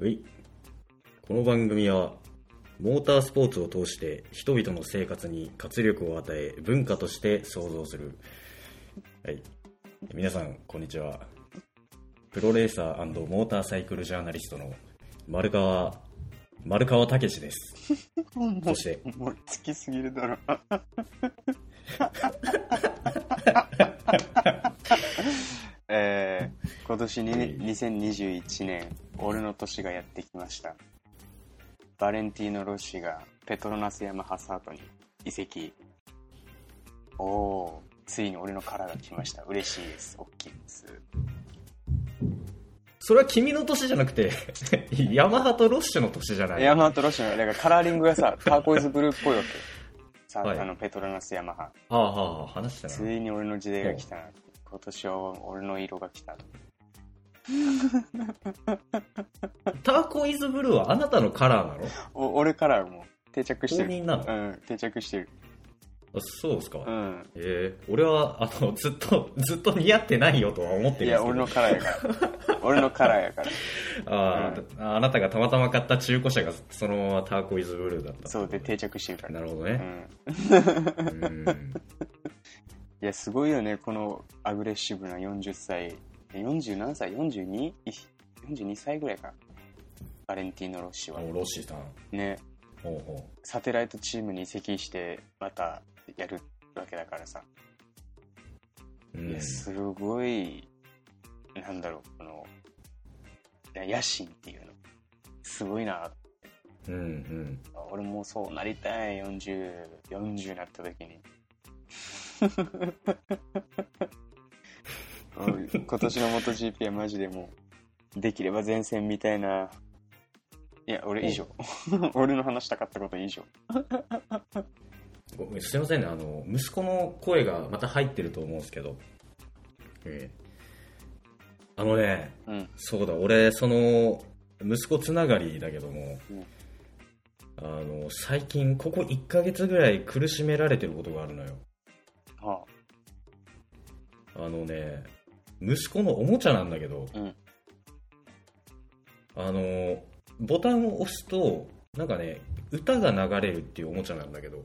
はい。この番組はモータースポーツを通して人々の生活に活力を与え文化として創造する。はい。皆さんこんにちは。プロレーサー&モーターサイクルジャーナリストの丸川武史です。そしてもうつきすぎるだろ。今年に2021年俺の年がやってきました。バレンティーノ・ロッシがペトロナス・ヤマハ・サートに移籍。ついに俺のカラーが来ました。嬉しいです。大きいです。 それは君の年じゃなくてヤマハとロッシュの年じゃない？ ヤマハとロッシュのだからカラーリングがさターコイズブルーっぽいわけ。さあ、 はい、 ペトロナス・ヤマハ。 話したな。 ついに俺の時代が来たな。今年は俺の色が来たと。 ターコイズブルーはあなたのカラーなの？ 俺カラーも定着してる。 公認なの？ うん、定着してる。 あ、そうですか。 うん。 俺はずっと似合ってないよとは思ってるんですけど。いや、 俺のカラーやから俺のカラーやからあなたがたまたま買った中古車がそのままターコイズブルーだった。 そうで定着してるから。 なるほどね。 いやすごいよね、このアグレッシブな40歳40何歳 42 歳ぐらいか、バレンティーノ・ロッシは。 ロッシさんね。 ほうサテライトチームに移籍してまたやるわけだからさ、いやすごいなんだろう、この野心っていうのすごいなって。俺もそうなりたい。40になった時に今年の MotoGP はマジでもうできれば前線みたいな。いや俺以上俺の話したかったこと以上すいませんね、息子の声がまた入ってると思うんですけど、そうだ、俺その息子つながりだけども、最近ここ1ヶ月ぐらい苦しめられてることがあるのよ。息子のおもちゃなんだけど、ボタンを押すとなんかね歌が流れるっていうおもちゃなんだけど、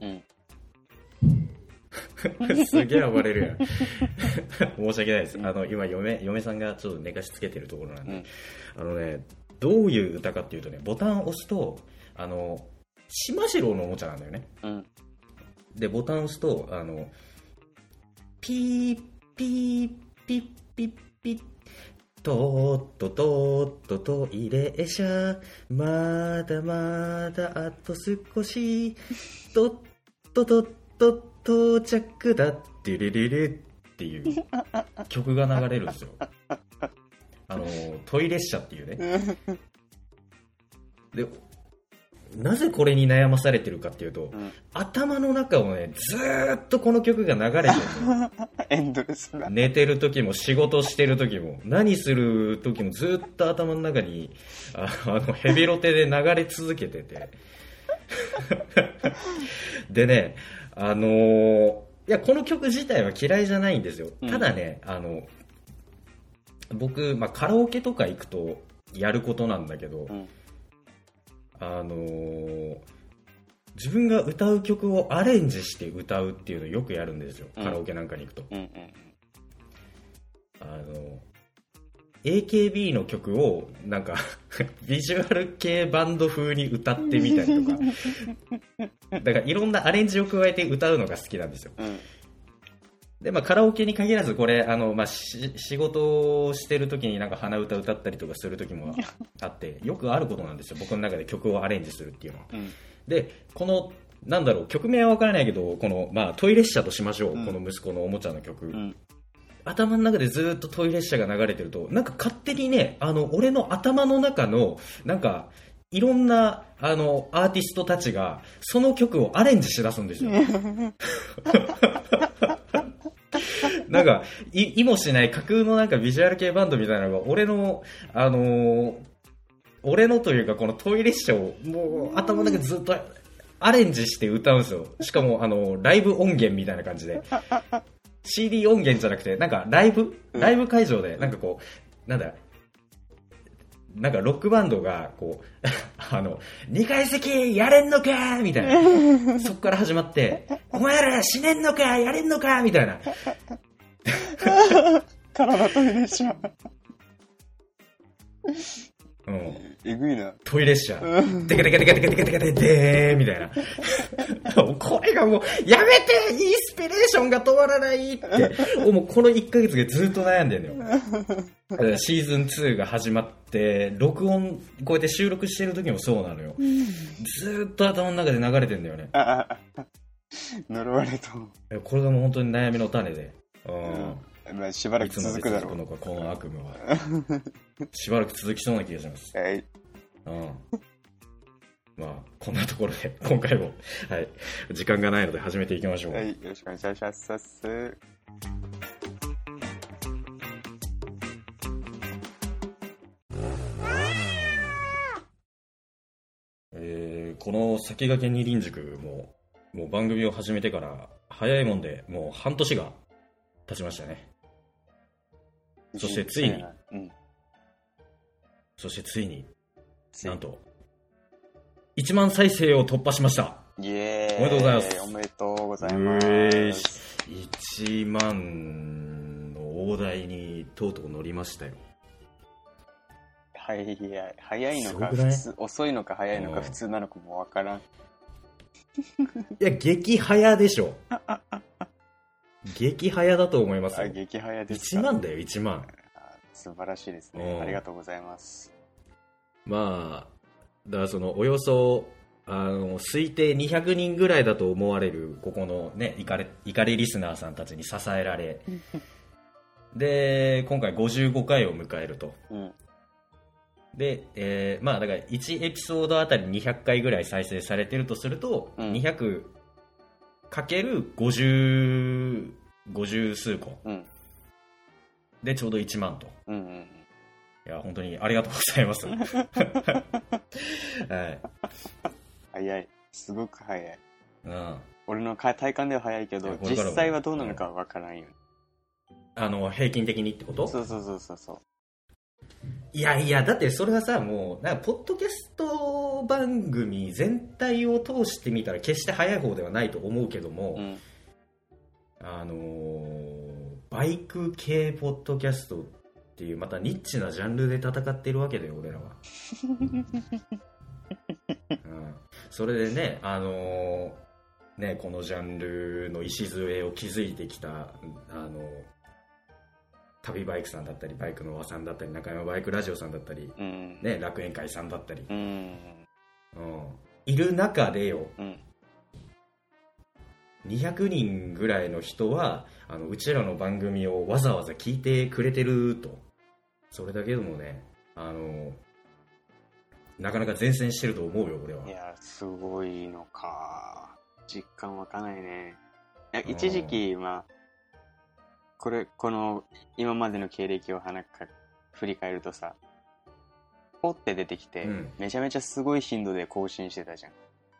すげえ暴れるやん申し訳ないです。今嫁さんがちょっと寝かしつけてるところなんで、どういう歌かっていうとね、ボタンを押すとしましろうのおもちゃなんだよね。でボタンを押すとピーピーピッピッピッとっととっとトイレ車まだまだあと少しとっととっと到着だってれれれっていう曲が流れるんですよ。トイレ車っていうね。でなぜこれに悩まされてるかっていうと、頭の中をねずーっとこの曲が流れてるのエンドレスな。 寝てる時も仕事してる時も何する時もずっと頭の中にヘビロテで流れ続けててでねいやこの曲自体は嫌いじゃないんですよ。ただね僕、カラオケとか行くとやることなんだけど、自分が歌う曲をアレンジして歌うっていうのをよくやるんですよ、カラオケなんかに行くと。AKB の曲をなんかビジュアル系バンド風に歌ってみたりとかだからいろんなアレンジを加えて歌うのが好きなんですよ。でカラオケに限らずこれ仕事をしてる時になんか鼻歌歌ったりとかする時もあってよくあることなんですよ、僕の中で曲をアレンジするっていうのは。でこのなんだろう、曲名は分からないけどこの、トイレ車としましょう、この息子のおもちゃの曲、頭の中でずっとトイレ車が流れてるとなんか勝手にね俺の頭の中のなんかいろんなアーティストたちがその曲をアレンジしだすんですよなんか意もしない架空のなんかビジュアル系バンドみたいなのが俺のというかこのトイレ車をもう頭の中でずっとアレンジして歌うんですよ。しかもライブ音源みたいな感じでCD 音源じゃなくてなんかライブ会場でなんかこうなんだなんかロックバンドがこう2階席やれんのかみたいな、そっから始まってお前ら死ねんのかやれんのかみたいな体トイレしちゃう、 えぐいな。 トイレ車デカデカデカデカデカデカデデーみたいなこれがもうやめて、インスピレーションが止まらないってもうこの1ヶ月でずっと悩んでんのよシーズン2が始まって録音こうやって収録してる時もそうなのよ、ずっと頭の中で流れてんだよね呪われと。 これがもう本当に悩みの種で、 まあ、しばらく続くだろう。 いつまで続くのかこの悪夢はしばらく続きそうな気がします。 はい。 まあこんなところで今回も、はい、時間がないので始めていきましょう。 はい、よろしくお願いします。 この先駆け二輪塾もう番組を始めてから早いもんでもう半年が経ちましたね。そしてついに、なんと1万再生を突破しました。 イエーイ。 おめでとうございます。 おめでとうございます。 1万の大台にとうとう乗りましたよ。 早いのか普通、遅いのか早いのか普通なのかもわからん。いや激早でしょ激早だと思いますよ。 激早ですか。 1万だよ1万。 素晴らしいですね。ありがとうございます。 まあだからそのおよそ推定200人ぐらいだと思われるここのねイカレリスナーさんたちに支えられで今回55回を迎えると、で、まあだから1エピソードあたり200回ぐらい再生されてるとすると、200かける50数個、でちょうど1万と、いや本当にありがとうございますはい、 早い、すごく早い、俺の体感では早いけど実際はどうなのかわからんよ、 平均的にってこと？ そういやだってそれはさもうなんかポッドキャスト番組全体を通してみたら決して早い方ではないと思うけども、バイク系ポッドキャストっていうまたニッチなジャンルで戦ってるわけだよ俺らはそれでねねこのジャンルの礎を築いてきた旅バイクさんだったりバイクの輪さんだったり中山バイクラジオさんだったり、ね、楽園会さんだったり、いる中でよ、200人ぐらいの人はうちらの番組をわざわざ聞いてくれてると、それだけでもねなかなか善戦してると思うよ俺は。 いやすごいのか、実感湧かないね。一時期この今までの経歴を振り返るとさ、ポッて出てきて、めちゃめちゃすごい頻度で更新してたじゃん。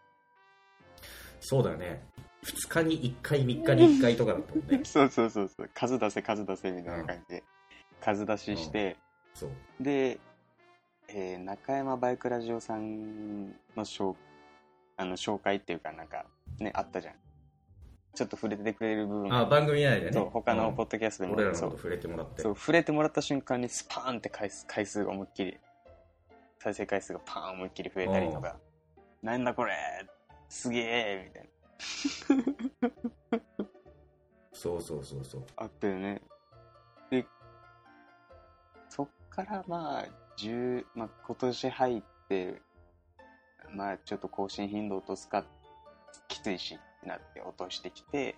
そうだよね、2日に1回3日に1回とかだったもんねそう数出せみたいな感じで、数出しして、 そうで、中山バイクラジオさんの紹介っていうかなんかねあったじゃん、ちょっと触れてくれる部分、 番組内でね、 そう他のポッドキャストでも、 俺らのこと触れてもらって、 そう触れてもらった瞬間にスパーンって回数が思いっきり再生回数がパーン思いっきり増えたりとか、なんだこれすげえみたいなそうあったよね。でそっから今年入ってちょっと更新頻度落とすかきついしってなって落としてきて、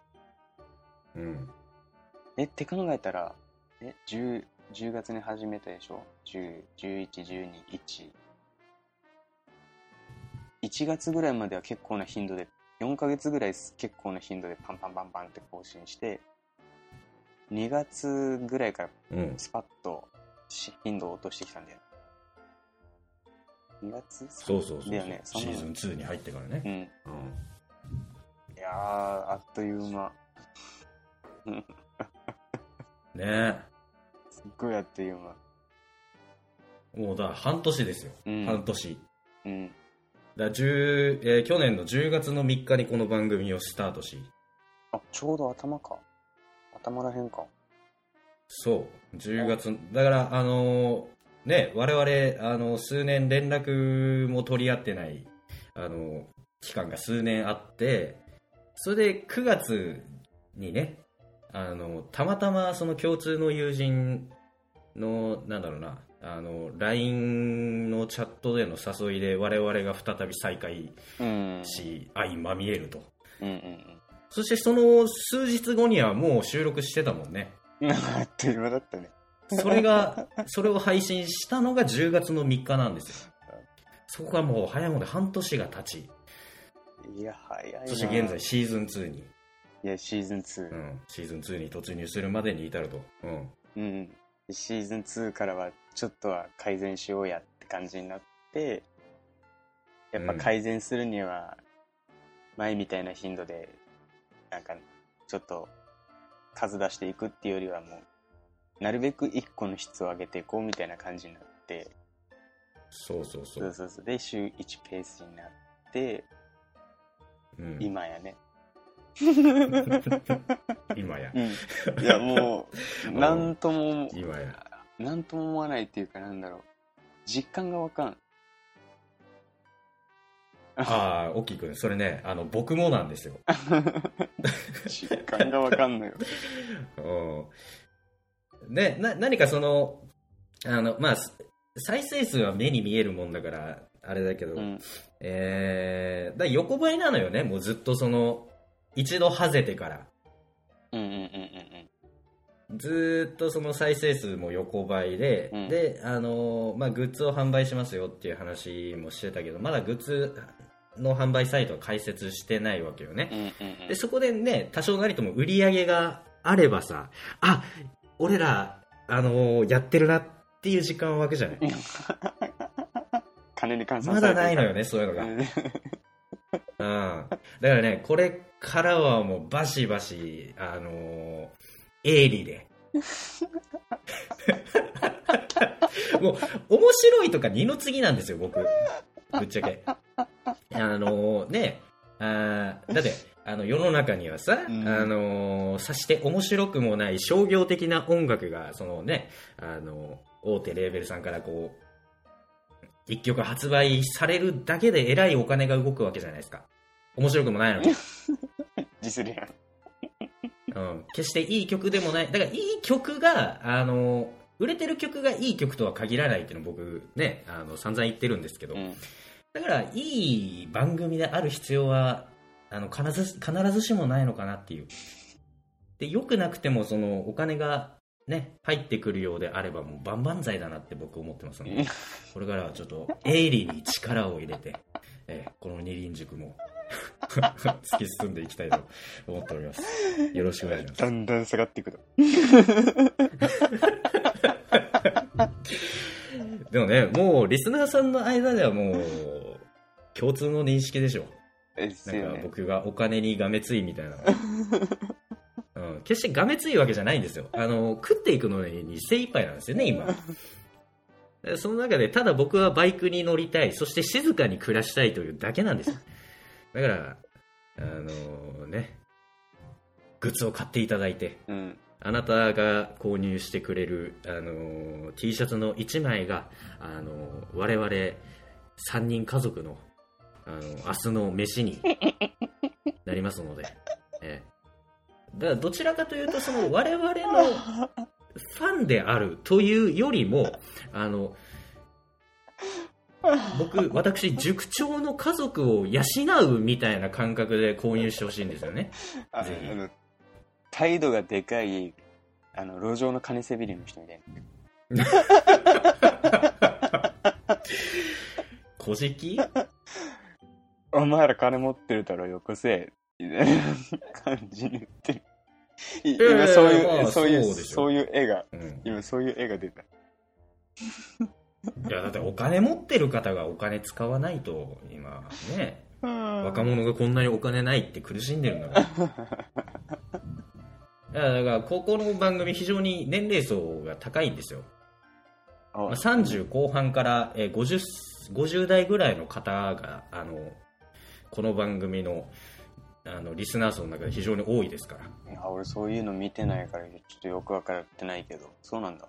って考えたら10月に始めたでしょ。10、11、12、1月ぐらいまでは結構な頻度で、4ヶ月ぐらい結構な頻度でパンパンって更新して、2月ぐらいからスパッと頻度を落としてきたんだよ。2月？ そうだよね。 シーズン2に入ってからね。 いやー、あっという間。 ねえ。 すっごいあっという間。 もうだから半年ですよ、 うん、 半年。 うん。 だ去年の10月の3日にこの番組をスタートし。 あ、ちょうど頭らへんか。 そう、10月。だから、ね、我々、数年連絡も取り合ってない、期間が数年あって、それで9月にね、たまたまその共通の友人の、なんだろうな、LINE のチャットでの誘いで我々が再び再会し、相まみえると。 うんうんうん。 そしてその数日後にはもう収録してたもんね。 あっという間だったね。 それを配信したのが10月の3日なんですよ。そこがもう早いもんで半年が経ち。 いや、早いな。 そして現在シーズン2に。 いや、シーズン2。 うん。シーズン2に突入するまでに至ると。うん。 うん。シーズン2からはちょっとは改善しようやって感じになって、やっぱ改善するには前みたいな頻度で、なんかちょっと数出していくっていうよりはもう、なるべく1個の質を上げていこうみたいな感じになって、 そう。 で、週1ペースになって、うん、今やね。 今や。 いや、もう、なんとも思わないっていうか、なんだろう。実感がわかん。 ああ、オッキーくん、それね、僕もなんですよ。 実感がわかんのよ。 ね、何かその、まあ、再生数は目に見えるもんだから、あれだけど、だ横ばいなのよね、もうずっとその、一度ハゼてから。ずっとその再生数も横ばいで、で、まあ、グッズを販売しますよっていう話もしてたけど、まだグッズの販売サイトは開設してないわけよね。で、そこでね、多少なりとも売り上げがあればさ、あ、俺ら、やってるなっていう時間は湧くじゃない。 金に換算まだないのよね、そういうのが。だからね、これからはもうバシバシ、鋭利で。もう、面白いとか二の次なんですよ、僕。ぶっちゃけ。ね、だって、世の中にはさ、さして面白くもない商業的な音楽が、そのね、大手レーベルさんからこう、一曲発売されるだけでえらいお金が動くわけじゃないですか。面白くもないのに。 実利や。 決していい曲でもない。だからいい曲が、売れてる曲がいい曲とは限らないっていうのを僕ね、散々言ってるんですけど、だからいい番組である必要は、必ずしもないのかなっていう。で、良くなくてもそのお金がね、入ってくるようであればもう万々歳だなって僕思ってますので、これからはちょっと鋭利に力を入れて、この二輪塾も突き進んでいきたいと思っております。よろしくお願いします。 だんだん下がっていくと。 でもね、もうリスナーさんの間ではもう共通の認識でしょ。なんか僕がお金にがめついみたいな。決してがめついわけじゃないんですよ。食っていくのに精一杯なんですよね、今。その中でただ僕はバイクに乗りたい、そして静かに暮らしたいというだけなんですよ。だからね、グッズを買っていただいて、あなたが購入してくれるT シャツの1枚が我々3人家族の明日の飯になりますので、だからどちらかというとその我々のファンであるというよりも私塾長の家族を養うみたいな感覚で購入してほしいんですよね。 態度がでかい路上の金せびりの人みたいな。 小じきお前ら金持ってるだろよこせみたいな感じに言ってる。今そういう絵が、今そういう絵が出た。 いやだってお金持ってる方がお金使わないと今ね、若者がこんなにお金ないって苦しんでるんだから。だからここの番組非常に年齢層が高いんですよ。 30後半から50代ぐらいの方がこの番組のリスナー層の中で非常に多いですから。 いや俺そういうの見てないからちょっとよく分かってないけど、そうなんだ。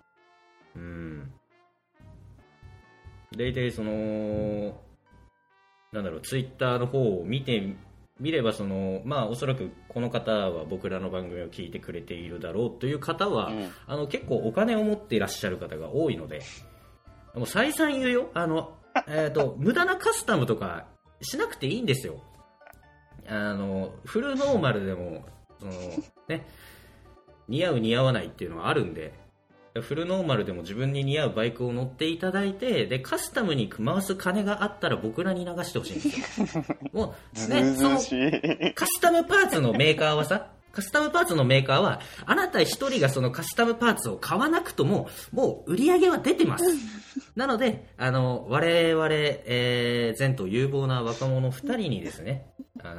大体そのなんだろう、ツイッターの方を見ればおそらくこの方は僕らの番組を聞いてくれているだろうという方は、結構お金を持っていらっしゃる方が多いので、もう再三言うよ、無駄なカスタムとかしなくていいんですよ。フルノーマルでもね、似合う似合わないっていうのはあるんで、フルノーマルでも自分に似合うバイクを乗っていただいて、でカスタムに回す金があったら僕らに流してほしいんですよ。もうね、そのカスタムパーツのメーカーはあなた一人がそのカスタムパーツを買わなくとももう売り上げは出てます。なので我々、前途有望な若者2人にですね、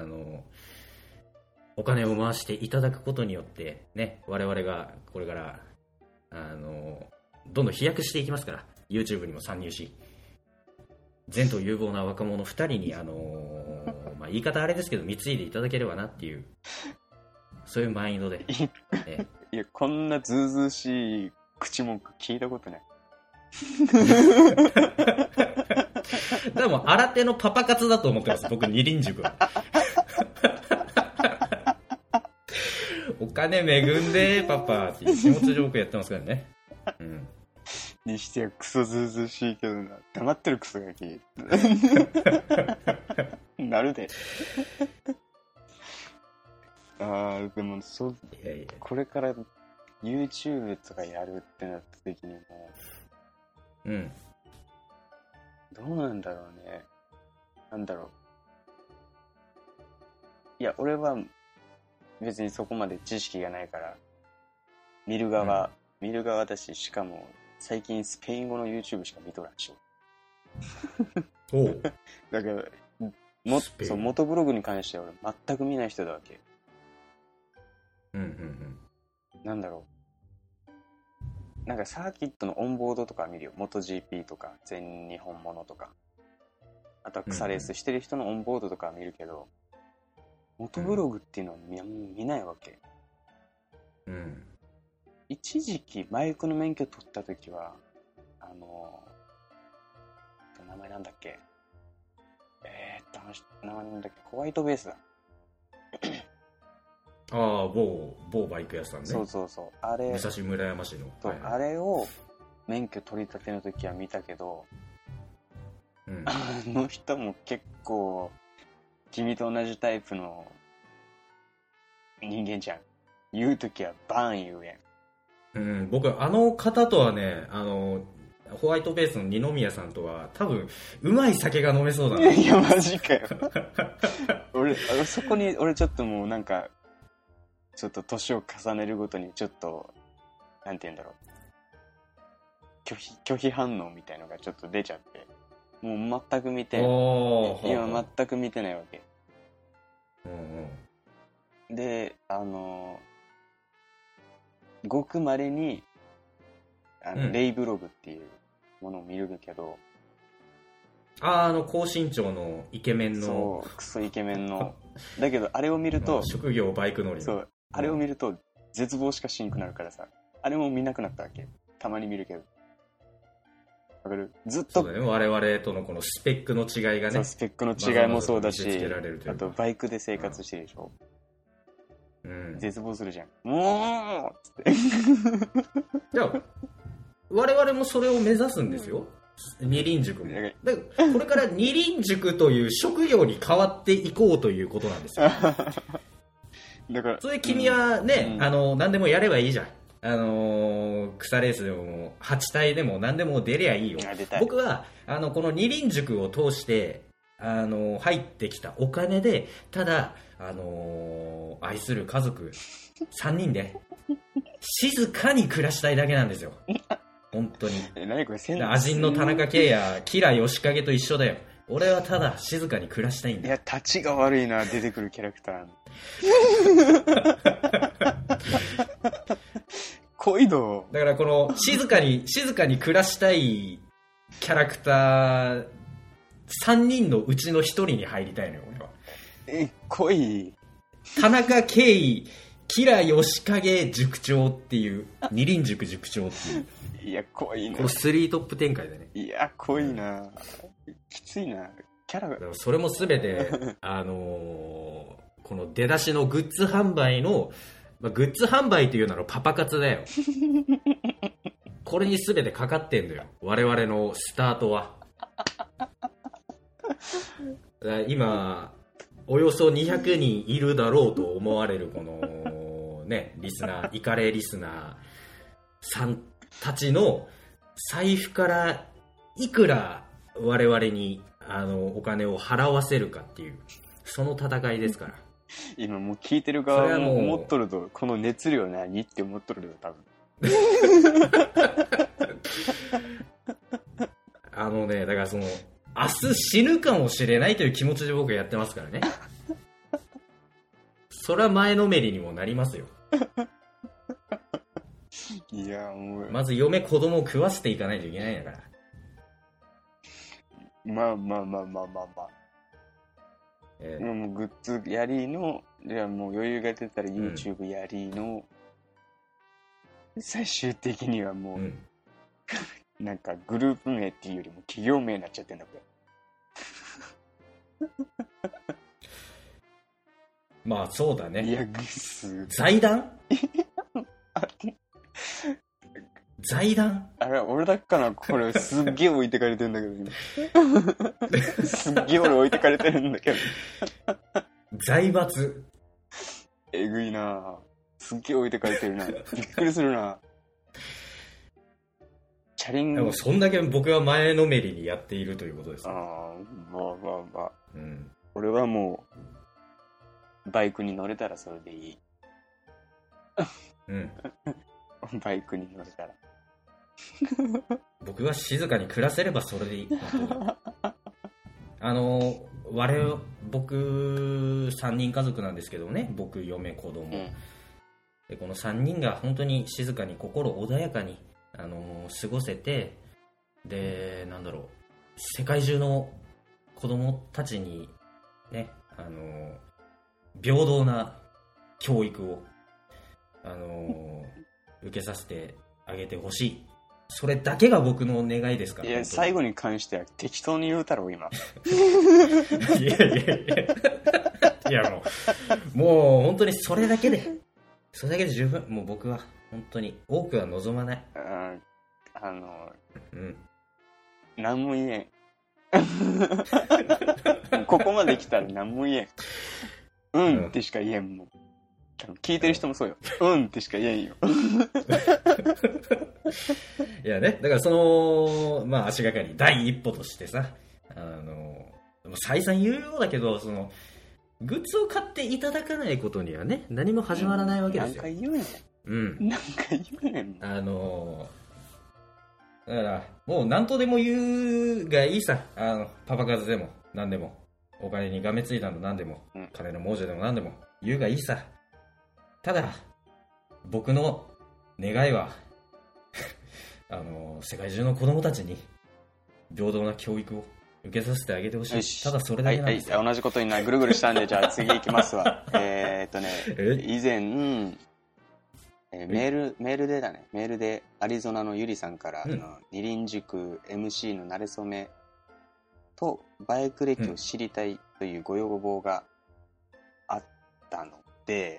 お金を回していただくことによってね、我々がこれからどんどん飛躍していきますから、 YouTube にも参入し、前途有望な若者2人に言い方あれですけど貢いでいただければなっていう、そういうマインドで、 いやこんなずうずうしい口文句聞いたことない。 でも新手のパパ活だと思ってます、僕二輪塾は。お金恵んでパパっていう気持ちよくやってますからね。 にしてはクソずうずうしいけどな、黙ってるクソガキなるで。でもこれから YouTube とかやるってなった時にもどうなんだろうね。なんだろう、いや俺は別にそこまで知識がないから見る側だし、しかも最近スペイン語の YouTube しか見とらんしょ。だから元ブログに関しては俺全く見ない人だわけ。なんだろう、なんかサーキットのオンボードとか見るよ。元 GP とか全日本ものとか、あとは草レースしてる人のオンボードとかは見るけど、元ブログっていうのは見ないわけ。一時期バイクの免許取った時は名前なんだっけ、名前なんだっけ、ホワイトベースだ。 某バイク屋さんね。 そうあれ、 武蔵村山市の、 あれを免許取り立ての時は見たけど、あの人も結構君と同じタイプの人間じゃん。言う時はバーン言うやん。 僕あの方とはね、ホワイトベースの二宮さんとは多分うまい酒が飲めそうだな。 いやマジかよ。俺そこに俺ちょっともうなんかちょっと年を重ねるごとにちょっとなんて言うんだろう、拒否反応みたいのがちょっと出ちゃって、もう全く見て今全く見てないわけ。でごくまれにレイブログっていうものを見るけど、 高身長のイケメンの、 そうクソイケメンのだけどあれを見ると職業バイク乗り、 そうあれを見ると絶望しかしんくなるからさ、あれも見なくなったわけ。たまに見るけど、わかる？ずっとそうだね、我々とのこのスペックの違いがね、 そうスペックの違いもそうだし、あとバイクで生活してるでしょ、絶望するじゃん。もうつって。 じゃあ我々もそれを目指すんですよ、二輪塾も。だからこれから二輪塾という職業に変わっていこうということなんですよ。 だからそれ君はね、何でもやればいいじゃん。草レースでも8体でも何でも出りゃいいよ。僕はこの二輪塾を通して入ってきたお金で、ただ愛する家族3人で静かに暮らしたいだけなんですよ。本当に。 何これ、 アジンの田中圭やキラヨシカゲと一緒だよ。俺はただ静かに暮らしたいんだ。 いや、立ちが悪いな、出てくるキャラクター。 恋道。 だからこの静かに暮らしたいキャラクター3人のうちの1人に入りたいのよ、俺は。 恋。 田中圭、吉良義景塾長っていう、二輪塾塾長っていう。 いや、濃いな。 この3トップ展開でね。 いや、濃いな。きついな。キャラが。 それもすべて、この出だしのグッズ販売の、まあ、グッズ販売というならパパ活だよ。これにすべてかかってんだよ。我々のスタートは。今、およそ200人いるだろうと思われるこのね、リスナー、イカレリスナーさんたちの財布からいくら我々にお金を払わせるかっていう、その戦いですから。 今もう聞いてる側も思っとると、この熱量何って思っとるよ、多分。 だからその、明日死ぬかもしれないという気持ちで僕はやってますからね。それは前のめりにもなりますよ。 いや、もう。 まず嫁子供を食わせていかないといけないんだから。 まあ。もうグッズやりの、じゃあもう余裕が出たら YouTube やりの、最終的にはもう、なんかグループ名っていうよりも企業名になっちゃってんだ、これ。 まあそうだね。 いや、 財団財団あれ、俺だっかな、これすっげえ置いてかれてるんだけど、今。すっげえ俺置いてかれてるんだけど。 財閥。 えぐいな。すっげえ置いてかれてるな。びっくりするな。チャリン。 でもそんだけ僕は前のめりにやっているということです。 ああ、まあ。うん。俺はもう、バイクに乗れたらそれでいい。 うん。 バイクに乗れたら。 僕は静かに暮らせればそれでいい。僕3人家族なんですけどね、僕、嫁、子供、でこの3人が本当に静かに心穏やかに、過ごせて、で、なんだろう、世界中の子供たちにね、平等な教育を、受けさせてあげてほしい。それだけが僕の願いですから。 いや、最後に関しては適当に言うたろ、今。 いや、もう本当にそれだけで十分。もう僕は本当に多くは望まない。 何も言えん。ここまで来たら何も言えん。うんってしか言えんもん。聞いてる人もそうよ。うんってしか言えんよ。 いやね、だからその、まあ足がかり、第一歩としてさ、再三言うようだけど、その、グッズを買っていただかないことにはね、何も始まらないわけですよ。 何回言うねん。 うん。 何回言うねん。 だから、もう何とでも言うがいいさ。パパ活でも何でも、お金にがめついたの何でも、金の亡者でも何でも言うがいいさ。ただ、僕の願いは、世界中の子供たちに平等な教育を受けさせてあげてほしい。ただそれだけなんですよ。 はい、同じことにぐるぐるしたんで、じゃあ次行きますわ。以前、メールでアリゾナのゆりさんから、二輪塾 MC の馴れ初めとバイク歴を知りたいというご要望があったので、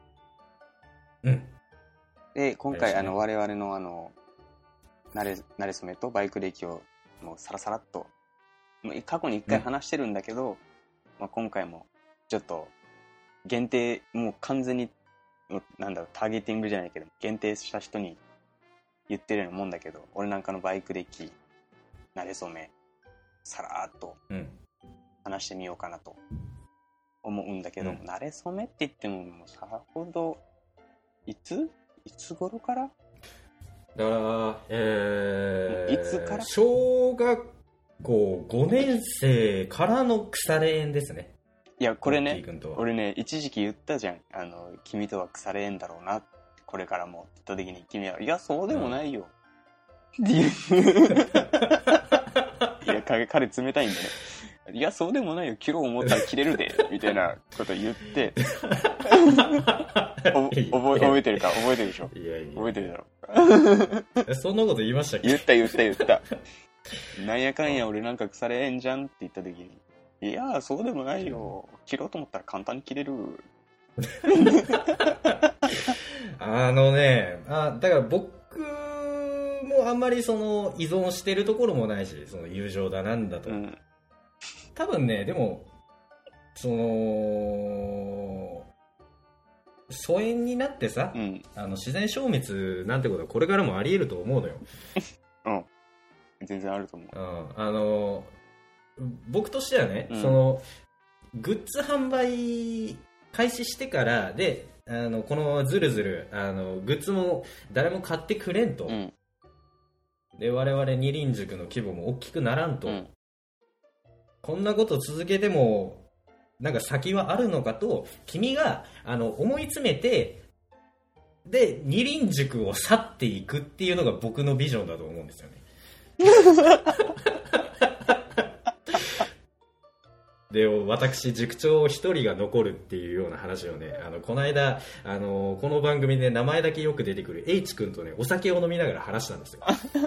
で今回我々の馴れ初めとバイク歴をもうさらさらっと過去に一回話してるんだけど、今回もちょっと限定、もう完全にターゲティングじゃないけど限定した人に言ってるようなもんだけど、俺なんかのバイク歴馴れ初めさらっと話してみようかなと思うんだけど、馴れ初めって言ってもさほどいつ頃からだから、 いつから小学校5年生からの腐れ縁ですね。 いや、これね、俺ね、一時期言ったじゃん。君とは腐れ縁だろうな。 これからもって言った時に君はいやそうでもないよ、っていういや彼冷たいんだね。いやそうでもないよ、切ろう思ったら切れるでみたいなこと言って覚えてるか、覚えてるでしょ。 いやいや覚えてるだろ。 そんなこと言いましたっけ？ 言ったなんやかんや俺なんか腐れんじゃんって言った時に、いやそうでもないよ、切ろうと思ったら簡単に切れるだから僕もあんまりその依存してるところもないし、その友情だなんだと、多分ね、でもその疎遠になってさ、自然消滅なんてことはこれからもあり得ると思うのよ。 全然あると思う。僕としてはね、そのグッズ販売開始してからで、このずるずるグッズも誰も買ってくれんと、で我々二輪塾の規模も大きくならんと、こんなこと続けてもなんか先はあるのかと君が思い詰めて、で二輪塾を去っていくっていうのが僕のビジョンだと思うんですよね。で私塾長一人が残るっていうような話をね、この間この番組で名前だけよく出てくる H 君とねお酒を飲みながら話したんですよ。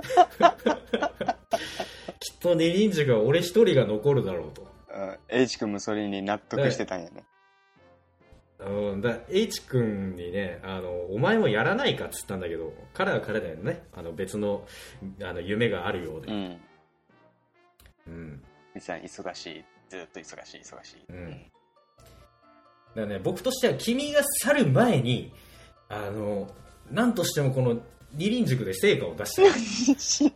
きっと二輪塾は俺一人が残るだろうと。 H 君もそれに納得してたんやね。 H 君にねお前もやらないかっつったんだけど、彼は彼だよね、別の夢があるようで、 実は忙しい、ずっと忙しい、だからね、僕としては君が去る前に何としてもこの二輪塾で成果を出して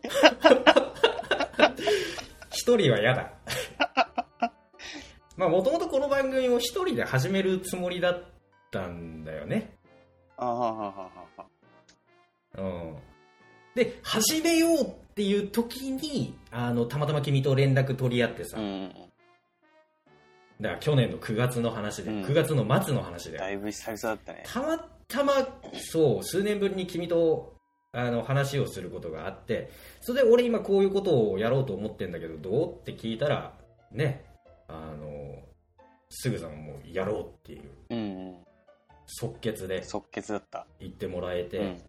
一人は嫌だ。まあもともとこの番組を一人で始めるつもりだったんだよね。で始めようっていう時にたまたま君と連絡取り合ってさ、だから去年の9月の話で、9月の末の話で、 だいぶ久々だったね。 たまたまそう数年ぶりに君と話をすることがあって、それで俺今こういうことをやろうと思ってんだけどどうって聞いたらね、すぐさまもうやろうっていう、即決だった言ってもらえて、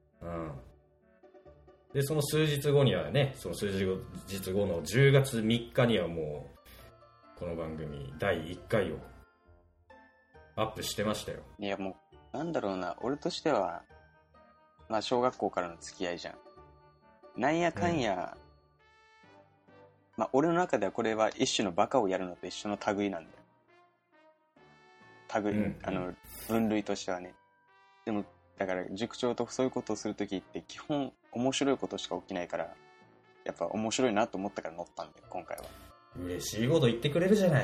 でその数日後にはね、その数日後の10月3日にはもうこの番組第1回をアップしてましたよ。 いやもうなんだろうな、俺としてはまあ小学校からの付き合いじゃん。なんやかんや、まあ俺の中ではこれは一種のバカをやるのと一緒の類なんだよ。分類としてはね。でもだから塾長とそういうことをするときって基本面白いことしか起きないから、やっぱ面白いなと思ったから乗ったんだよ今回は。 嬉しいこと言ってくれるじゃない。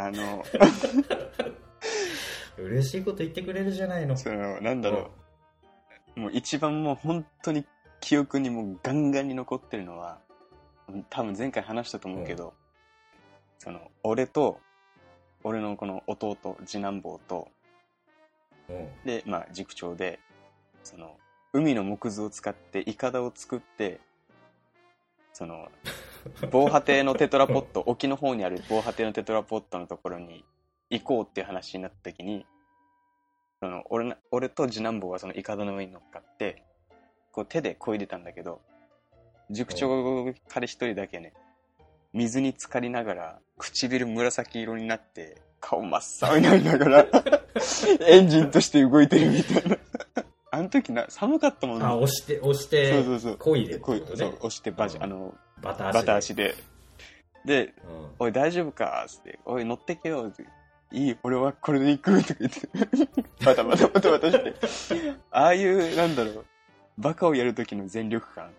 嬉しいこと言ってくれるじゃないの。 なんだろう、もう一番もう本当に記憶にもうガンガンに残ってるのは、多分前回話したと思うけど、その俺と俺のこの弟次男坊と、でまあ塾長でその海の木図を使ってイカダを作って、その防波堤のテトラポット沖の方にある防波堤のテトラポットのところに行こうっていう話になった時に、その俺と次男坊はそのイカダの上に乗っかってこう手で漕いでたんだけど、塾長彼一人だけね水に浸かりながら唇紫色になって顔真っ青になりながらエンジンとして動いてるみたいな。あの時寒かったもんね。 押してそう漕いでってことね。 そう押してバタ足でで、おい大丈夫かって、おい乗ってけよって、いい俺はこれで行くとか言ってバタバタしてああいうなんだろう、バカをやる時の全力感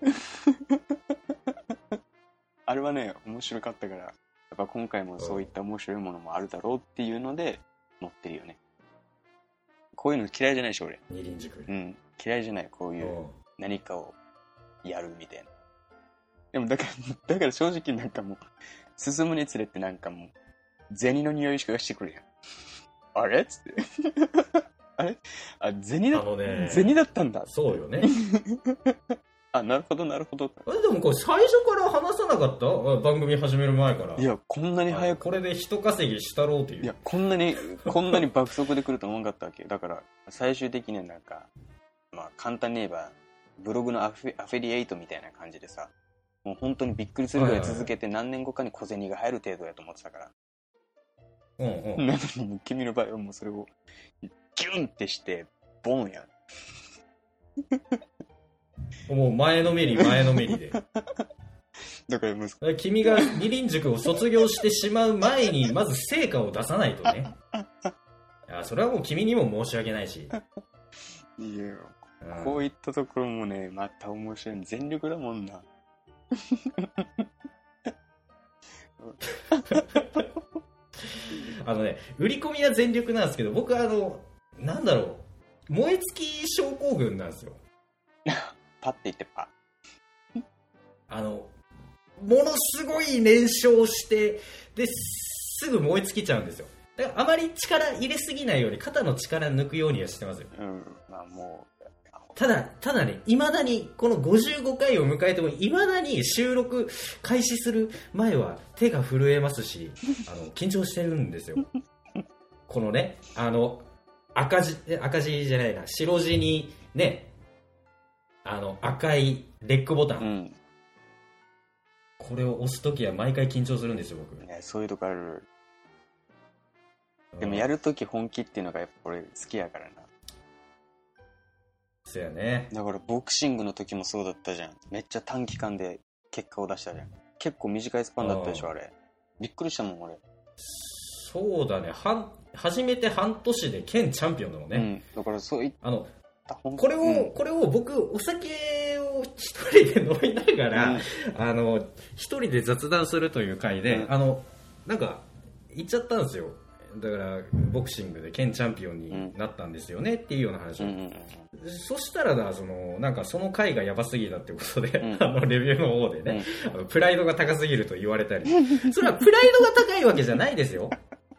あれはね面白かったから、やっぱ今回もそういった面白いものもあるだろうっていうので乗ってるよね。こういうの嫌いじゃないし俺。 二輪塾。 嫌いじゃない、こういう何かをやるみたいな。でもだから正直なんかもう進むにつれてなんかもう銭の匂いしかしてくるやん。あれっつって銭だったんだ。 そうよね。 なるほどなるほど。 でもこれ最初から話さなかった？番組始める前から。 いや、こんなに早く。 これで人稼ぎしたろうっていう。 いや、こんなに爆速で来ると思わなかったわけ。だから、最終的にはなんか、まあ簡単に言えば、ブログのアフィリエイトみたいな感じでさ、もう本当にびっくりするぐらい続けて何年後かに小銭が入る程度やと思ってたから。なのに君の場合はもうそれをギュンってしてボンやもう前のめりでだから君が二輪塾を卒業してしまう前にまず成果を出さないとね。いや、それはもう君にも申し訳ないし。 いや、こういったところもね、また面白い。全力だもんな。 売り込みは全力なんですけど、僕はなんだろう、燃え尽き症候群なんですよ。 パッて言ってパものすごい燃焼してですぐ燃え尽きちゃうんですよ。だからあまり力入れすぎないように肩の力抜くようにはしてますよ。 まあもうただね、いまだにこの55回を迎えてもいまだに収録開始する前は手が震えますし、緊張してるんですよ。このね、赤字じゃないな、白地にね、赤いレックボタン、これを押すときは毎回緊張するんですよ、僕。 ね、そういうとこある。でもやるとき本気っていうのがやっぱ俺好きやからな。 そうやね。 だからボクシングの時もそうだったじゃん。めっちゃ短期間で結果を出したじゃん。結構短いスパンだったでしょ、あれ。びっくりしたもん、俺。 そうだね。初めて半年で県チャンピオンだもんね。 だからそういったこれを僕、お酒を一人で飲みながら、一人で雑談するという回で、なんか、言っちゃったんですよ。だからボクシングで県チャンピオンになったんですよねっていうような話を、そしたらなんかその回がやばすぎたってことで、レビューの方でね、プライドが高すぎると言われたり、それはプライドが高いわけじゃないですよ。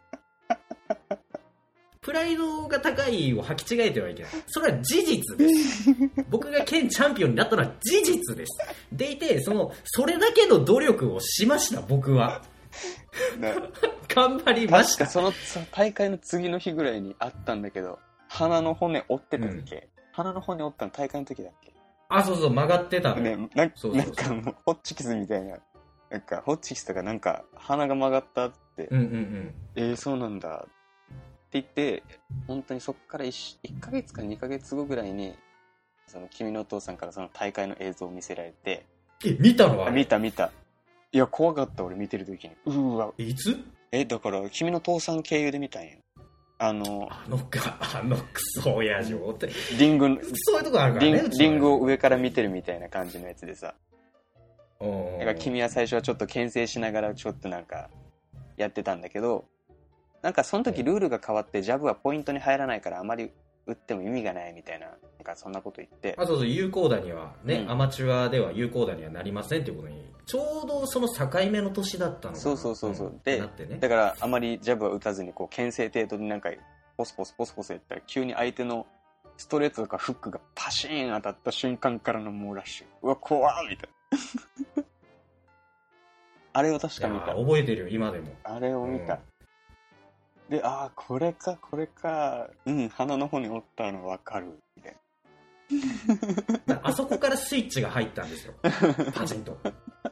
プライドが高いを履き違えてはいけない。それは事実です。僕が県チャンピオンになったのは事実です。でいて、それだけの努力をしました、僕は。頑張りました。 確かその大会の次の日ぐらいにあったんだけど、鼻の骨折ってたっけ、鼻の骨折ったの大会の時だっけ。 そうそう、曲がってたのね。なんかもうホッチキスみたいな、なんかホッチキスとかなんか鼻が曲がったって、そうなんだって言って、本当にそっから 1ヶ月か2ヶ月後ぐらいにその君のお父さんからその大会の映像を見せられて。 見たの？あれ見た。いや、怖かった、俺見てる時に。わ。 いつ？ だから、君の父さん経由で見たんや。 あのクソ親父ってリング、 そういうとこあるからね。 リングを上から見てるみたいな感じのやつでさ。だから君は最初はちょっと牽制しながらちょっとなんかやってたんだけど、なんかその時ルールが変わってジャブはポイントに入らないからあまり打っても意味がないみたいな、なんかそんなこと言って。 そう有効打にはね、アマチュアでは有効打にはなりませんっていうことに、ちょうどその境目の年だったのかな。 そう。で、だからあまりジャブは打たずにこう牽制程度になんかポスポスやったら急に相手のストレートとかフックがパシーン当たった瞬間からのもうラッシュ。うわ、怖っみたいな。あれを確か見た。 覚えてるよ、今でも。 あれを見た。で、これか。鼻の骨折ったの分かる。みたいな。あそこからスイッチが入ったんですよ。パチンと。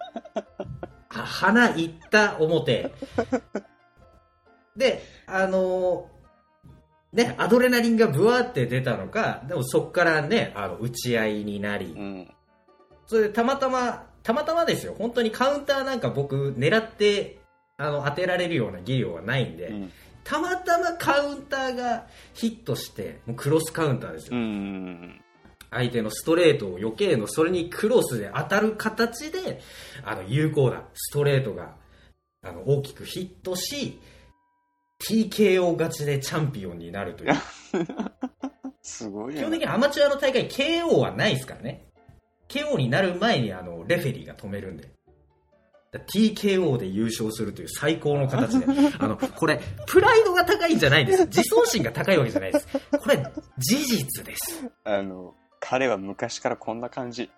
鼻いった表。で、ね、アドレナリンがブワーって出たのか、でもそっからね、打ち合いになり、それでたまたまですよ。本当にカウンターなんか僕狙って当てられるような技量はないんで、たまたまカウンターがヒットして、もうクロスカウンターですよ。相手のストレートを余計のそれにクロスで当たる形で、有効なストレートが大きくヒットし、TKO 勝ちでチャンピオンになるという。 すごいね。 基本的にアマチュアの大会 KO はないですからね。KO になる前にレフェリーが止めるんで。 TKO で優勝するという最高の形でこれプライドが高いんじゃないんです。自尊心が高いわけじゃないです。これ事実です。 彼は昔からこんな感じ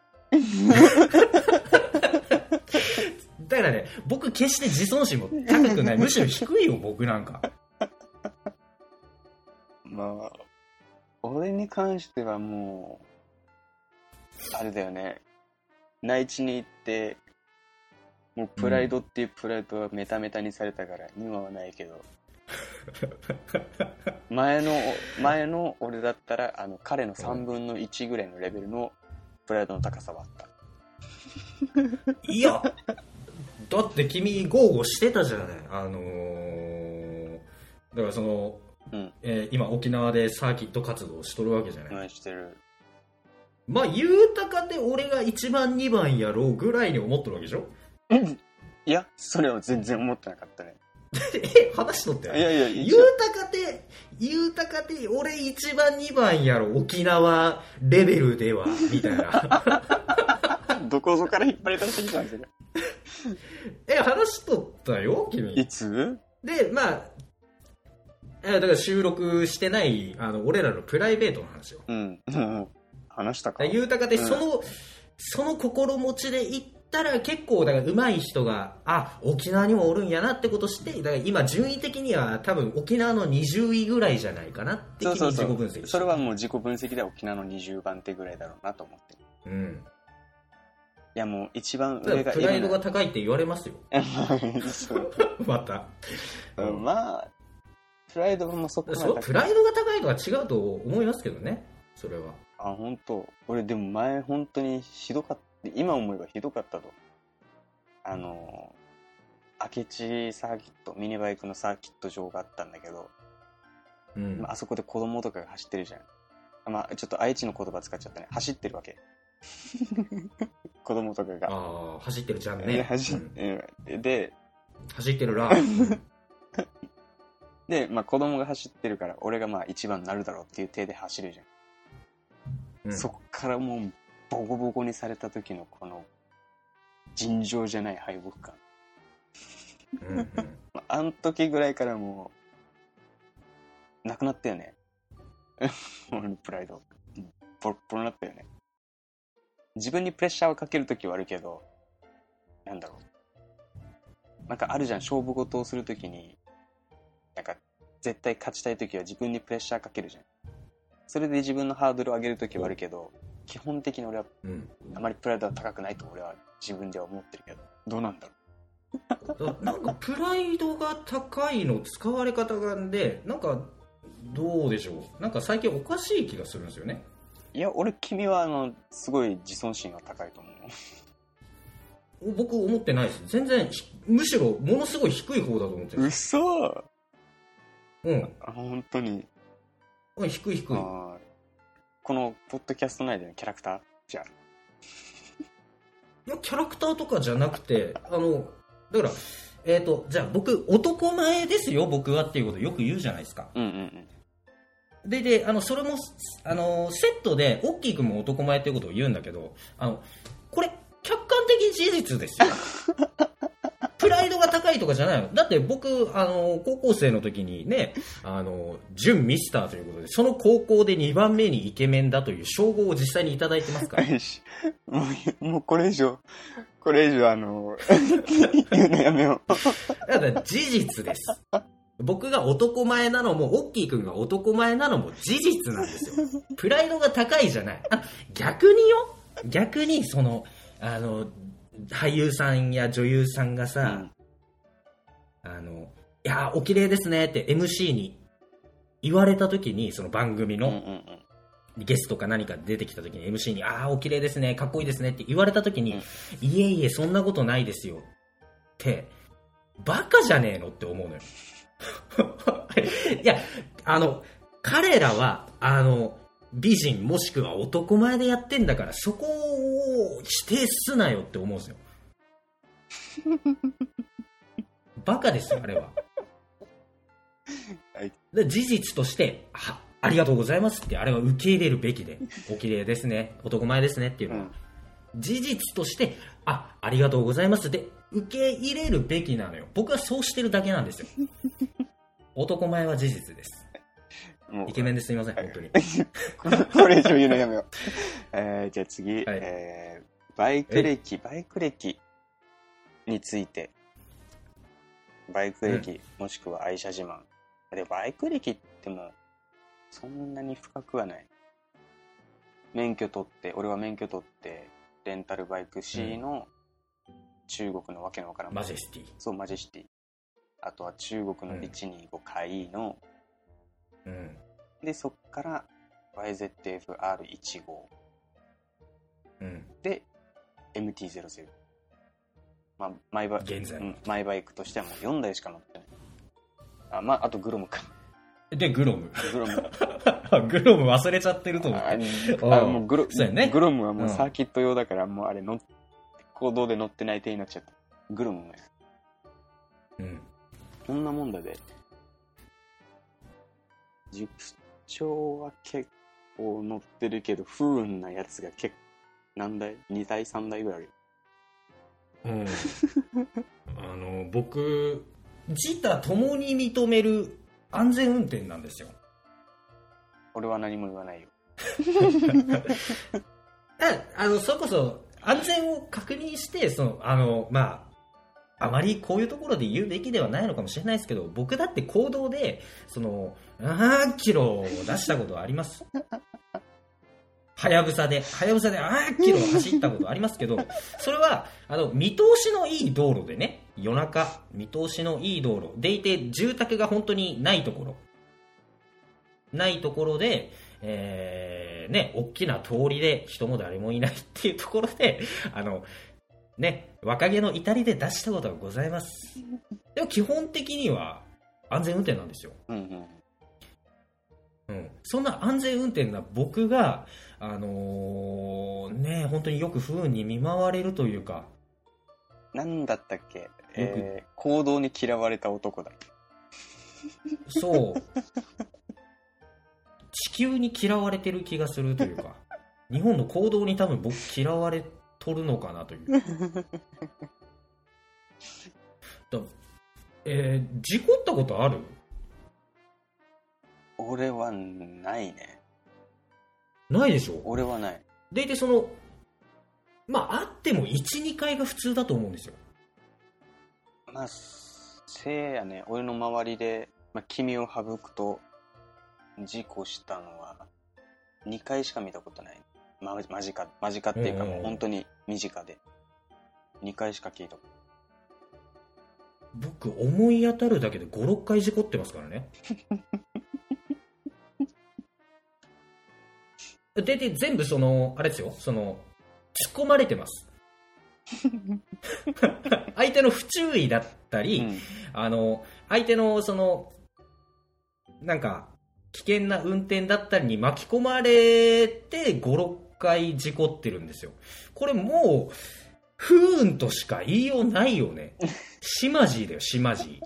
だからね、僕決して自尊心も高くない。むしろ低いよ、僕なんか。 まあ俺に関してはもうあれだよね、内地に行ってもうプライドっていうプライドはメタメタにされたから今はないけど前の俺だったら彼の3分の1ぐらいのレベルのプライドの高さはあったいやだって君豪語してたじゃない。だからその、今沖縄でサーキット活動しとるわけじゃない。 してる。 まあ言うたかで俺が1番2番やろうぐらいに思ってるわけでしょ。 いやそれは全然思ってなかったね話しとっていや言うたかで俺1番2番やろ沖縄レベルではみたいなどこぞから引っ張り出してきたんですよ話しとったよ君。 いつでまあだから収録してない俺らのプライベートの話を、 話したか。 言うたかで、その心持ちで言ったら結構だから上手い人が沖縄にもおるんやなってことして、だから今順位的には多分沖縄の20位ぐらいじゃないかなって自己分析して。 それはもう自己分析で沖縄の20番手ぐらいだろうなと思ってる。いやもう一番上がプライドが高いって言われますよまたまあプライドもそっかプライドが高いとは違うと思いますけどね、それは。 本当。俺でも前本当にひどかった、今思えばひどかったと。明智サーキット、ミニバイクのサーキット場があったんだけど、あそこで子供とかが走ってるじゃん。まあちょっと愛知の言葉使っちゃったね。走ってるわけ子供とかが走ってるじゃんね。 で走ってるらで、まあ、子供が走ってるから俺がまあ一番になるだろうっていう体で走るじゃん、そっからもうボコボコにされた時のこの尋常じゃない敗北感あの時ぐらいからもうなくなったよね俺のプライドボロボロになったよね。自分にプレッシャーをかける時はあるけど、なんだろう、なんかあるじゃん、勝負事をする時になんか絶対勝ちたい時は自分にプレッシャーかけるじゃん。それで自分のハードルを上げる時はあるけど、基本的に俺はあまりプライドは高くないと俺は自分では思ってるけど、どうなんだろうなんかプライドが高いの使われ方がでなんかどうでしょう、なんか最近おかしい気がするんですよね。 いや君はすごい自尊心が高いと思う僕思ってないです。全然むしろものすごい低い方だと思ってる。 嘘。本当に低い。 このポッドキャスト内でのキャラクターじゃあいやキャラクターとかじゃなくてだからじゃあ僕男前ですよ僕はっていうことをよく言うじゃないですか。でそれもセットでオッキー君も男前っていうことを言うんだけどこれ客観的事実ですよプライドが高いとかじゃないの。だって僕高校生の時にね準ミスターということでその高校で2番目にイケメンだという称号を実際にいただいてますからもうこれ以上言うのやめようだから事実です。僕が男前なのもオッキー君が男前なのも事実なんですよ。プライドが高いじゃない。逆にその俳優さんや女優さんがさ、いやお綺麗ですねって MC に言われた時に、その番組のゲストか何か出てきた時に MC にお綺麗ですねかっこいいですねって言われた時に、いえいえそんなことないですよってバカじゃねえのって思うのよいや彼らは美人もしくは男前でやってんだからそこを否定すなよって思うんですよバカですよあれは、で事実としてありがとうございますってあれは受け入れるべきでお綺麗ですね男前ですねっていうのは、 事実として、ありがとうございますで受け入れるべきなのよ。僕はそうしてるだけなんですよ。男前は事実です。イケメンですいません、本当に。 これ以上言うのやめよう。じゃあ次、 はい、 バイク歴について。バイク歴、もしくは愛車自慢。で、バイク歴っても、そんなに深くはない。俺は免許取って、レンタルバイク C の中国のわけのわからん。 マジェスティ。 そう、マジェスティ。あとは中国の125カイの、で、そっから YZF-R15、で、MT-00。まあ、マイバイクとしてはもう4台しか乗ってない。あとグロムか。 で、グロムグロム忘れちゃってると思って。 もうグロムはもうサーキット用だから、もうあれ公道で乗ってない手になっちゃった。グロムもね。こんなもんだで。熟調は結構乗ってるけど、不運なやつが何台 ?2 台3台ぐらいあるよ。 僕、自他ともに認める安全運転なんですよ。 俺は何も言わないよ。 それこそ安全を確認して、あまりこういうところで言うべきではないのかもしれないですけど、僕だって公道でキロを出したことはあります。はやぶさでキロ走ったことありますけど、それは見通しのいい道路でね、夜中見通しのいい道路でいて、住宅が本当にないところで、大きな通りで人も誰もいないっていうところで若気の至りで出したことがございます。でも基本的には安全運転なんですよ。そんな安全運転な僕が本当によく不運に見舞われるというか。 なんだったっけ、行動に嫌われた男だっけ。 そう地球に嫌われてる気がするというか、日本の行動に多分僕嫌われとるのかなという事故ったことある？ 俺はないね。 ないでしょ？ 俺はない。 であっても 1,2 回が普通だと思うんですよ。 せいやね、俺の周りで、君を省くと事故したのは2回しか見たことない。間近っていうか、もう本当に身近で2回しか聞いたこと。 僕思い当たるだけで 5,6 回事故ってますからね。で全部あれですよ、突っ込まれてます相手の不注意だったり、相手の危険な運転だったりに巻き込まれて 5,6 回事故ってるんですよ。これもう不運としか言いようないよね。シマジーだよ、シマジ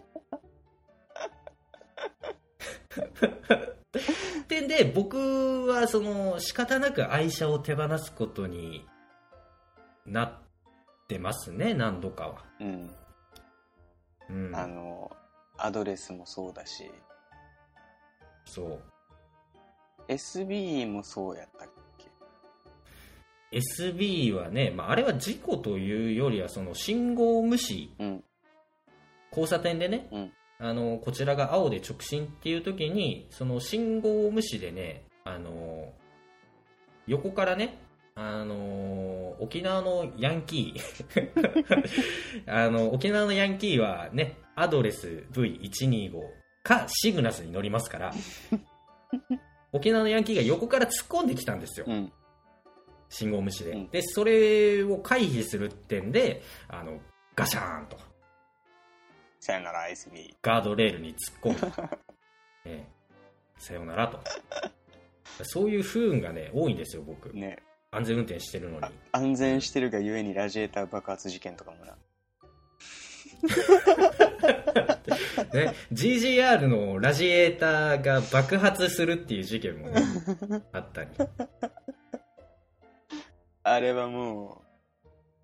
ーで僕は仕方なく愛車を手放すことになってますね、何度かは。 アドレスもそうだし、 そう SB もそうやったっけ。 SB はね、あれは事故というよりは信号無視、交差点でね、こちらが青で直進っていう時に信号無視でね、横からね、沖縄のヤンキー沖縄のヤンキーはね、アドレス V125 かシグナスに乗りますから沖縄のヤンキーが横から突っ込んできたんですよ、信号無視で、でそれを回避するってんでガシャーンとさよなら SB ガードレールに突っ込む、さよならとそういう不運がね多いんですよ僕ね。安全運転してるのに。 安全してるがゆえにラジエーター爆発事件とかもなね、GGR のラジエーターが爆発するっていう事件も、ね、あったり。 あれはも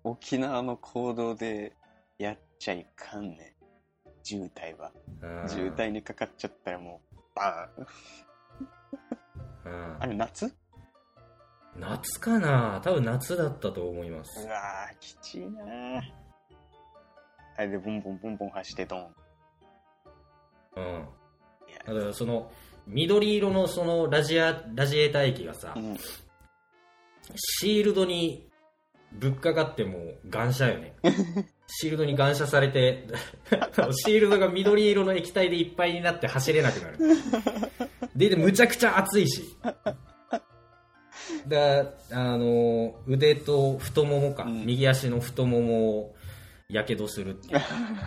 沖縄の公道でやっちゃいかんね。渋滞は。渋滞にかかっちゃったらもう、バーン。あれ夏かな、多分夏だったと思います。 うわー、きちいなー。あれでボンボンボンボン走ってドン。 だからその、緑色のそのラジエーター液がさ、シールドにぶっかかってもガンシャよね。シールドにガンシャされてシールドが緑色の液体でいっぱいになって走れなくなる。でむちゃくちゃ熱いし、腕と太ももか、右足の太ももをやけどするっていう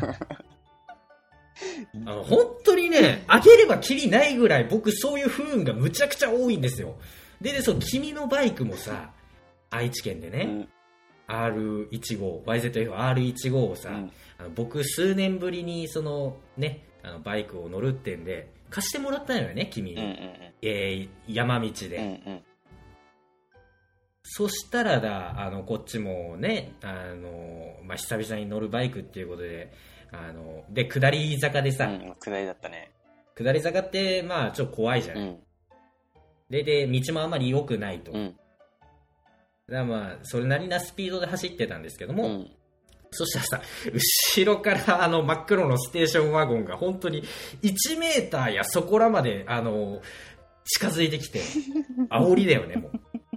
本当にね、あげればキリないぐらい僕そういう不運がむちゃくちゃ多いんですよ。でそう、君のバイクもさ、愛知県でね、R15 YZF-R15 をさ、僕数年ぶりにそのね、バイクを乗るってんで貸してもらったのよね、君に、山道で、そしたらこっちもね、久々に乗るバイクっていうことで、で下り坂でさ、 下りだったね。 下り坂ってまあちょっと怖いじゃない、で道もあんまり良くないと、だからまあそれなりなスピードで走ってたんですけども、そしたらさ、後ろから真っ黒のステーションワゴンが本当に1メーターやそこらまで近づいてきて、煽りだよね、もう。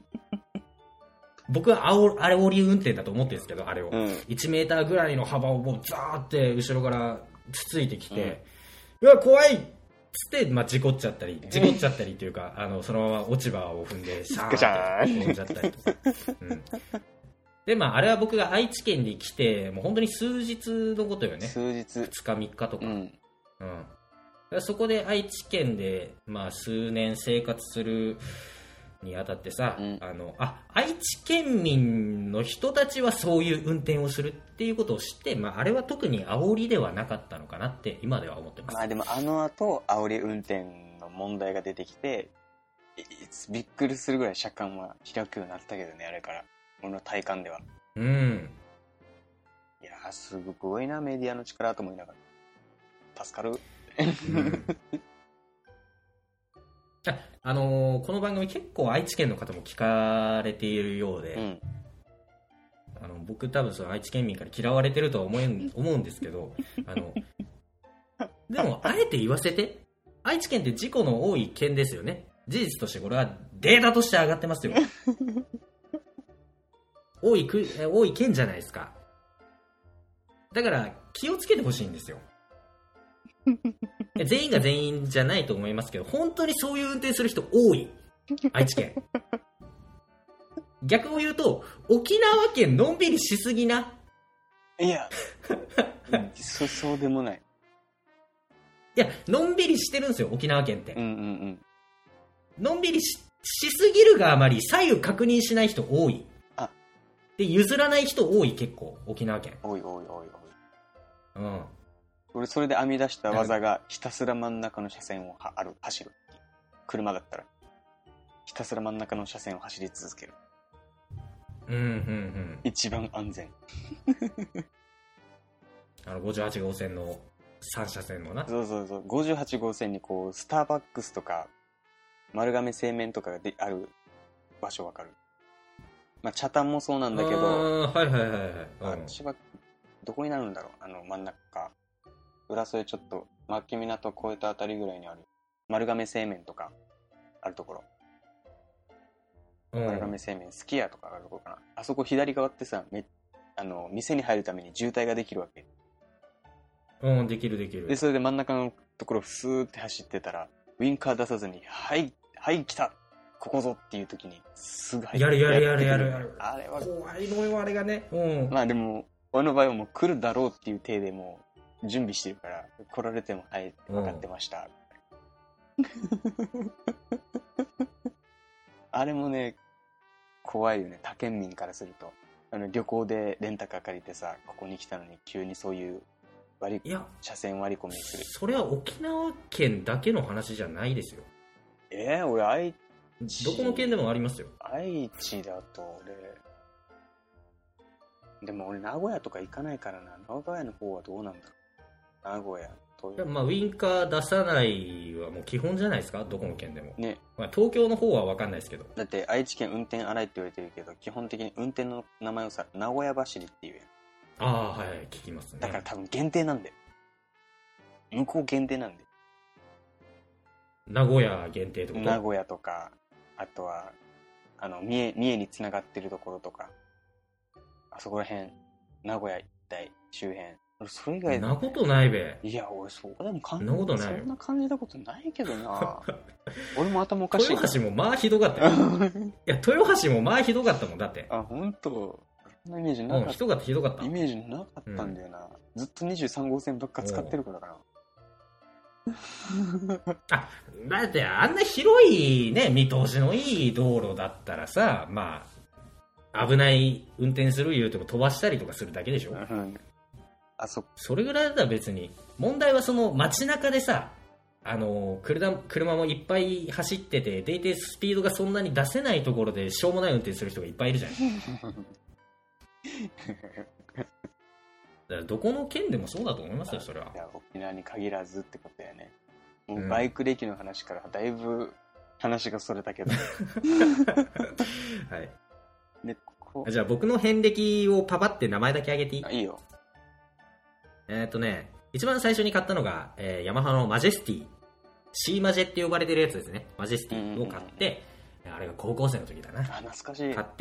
僕はあれ煽り運転だと思ってるんですけど、あれを、1メーターぐらいの幅をもうザーって後ろからつついてきて、うわ怖いっつって、事故っちゃったりっていうか、そのまま落ち葉を踏んでシャーって飛んじゃったりとか、であれは僕が愛知県に来てもう本当に数日のことよね。 数日、 2日3日とか、そこで愛知県で数年生活するにあたってさ、愛知県民の人たちはそういう運転をするっていうことを知って、あれは特に煽りではなかったのかなって今では思ってます。 でも後煽り運転の問題が出てきて、びっくりするぐらい車間は開くようになったけどね、あれから俺の体感では。いやすごいな、メディアの力と思いながら助かる。 この番組結構愛知県の方も聞かれているようで、僕多分その愛知県民から嫌われてるとは思うんですけど、でもあえて言わせて、愛知県って事故の多い県ですよね。事実としてこれはデータとして上がってますよ。多い県じゃないですか。だから気をつけてほしいんですよ。全員が全員じゃないと思いますけど、本当にそういう運転する人多い、愛知県。逆を言うと沖縄県のんびりしすぎな。 いやそうでもない。 いや、のんびりしてるんですよ、沖縄県って。のんびり しすぎるがあまり左右確認しない人多い。で譲らない人多い、結構沖縄県。 多い。俺それで編み出した技がひたすら真ん中の車線を走る。車だったらひたすら真ん中の車線を走り続ける。一番安全。 58号線の3車線のな。 そう58号線にこうスターバックスとか丸亀製麺とかがある場所わかる？茶炭もそうなんだけど、私はどこになるんだろう、真ん中か浦添ちょっと牧港越えたあたりぐらいにある丸亀製麺とかあるところ、丸亀製麺すき家とかあるところかな。あそこ左側ってさ、店に入るために渋滞ができるわけ。 できるでそれで真ん中のところスーって走ってたらウインカー出さずにはい来たここぞっていう時にすぐ入ってやる。 あれは怖いのよ、あれがね。 でも俺の場合はもう来るだろうっていう体でもう準備してるから、来られてもはい分かってました、あれもね怖いよね、他県民からすると。旅行でレンタカー借りてさ、ここに来たのに急にそういう車線割り込みする。 それは沖縄県だけの話じゃないですよ。 俺愛知、 どこの県でもありますよ。 愛知だとでも俺名古屋とか行かないからな。名古屋の方はどうなんだろう。名古屋まあ、ウインカー出さないはもう基本じゃないですか、どこの県でも。 ね。 まあ、東京の方は分かんないですけど。 だって愛知県運転荒いって言われてるけど、基本的に運転の名前をさ、名古屋走りっていうやん。 ああ、はい、聞きますね。 だから多分限定なんだよ。向こう限定なんで。 名古屋限定ってこと？ 名古屋とか、あとは、三重に繋がってるところとか、あそこら辺、名古屋一帯周辺。それ以外なことないべ。 いや、俺そこでもそんなことないよ。 そんな感じたことないけどな俺も頭おかしい。 豊橋もまあひどかったよ。いや、豊橋もまあひどかったもん、だって。 あ、ほんと。そんなイメージなかった。 ひどかった、ひどかった。 イメージなかったんだよな。ずっと23号線ばっか使ってるからかな。 あ、だってあんな広いね、見通しのいい道路だったらさ、まあ、危ない運転する言うても飛ばしたりとかするだけでしょ。それぐらいだったら別に。問題はその街中でさ、車もいっぱい走ってて、でいてスピードがそんなに出せないところでしょうもない運転する人がいっぱいいるじゃん。だからどこの県でもそうだと思いますよ、それは。 いや、沖縄に限らずってことやね。もうバイク歴の話からだいぶ話がそれたけど。 はい。 で、 じゃあ僕の遍歴をパパって名前だけ挙げていい？ いいよ。 一番最初に買ったのが、ヤマハのマジェスティ。シーマジェって呼ばれてるやつですね。マジェスティを買って、あれが高校生の時だな。 あ、懐かしい。 買って、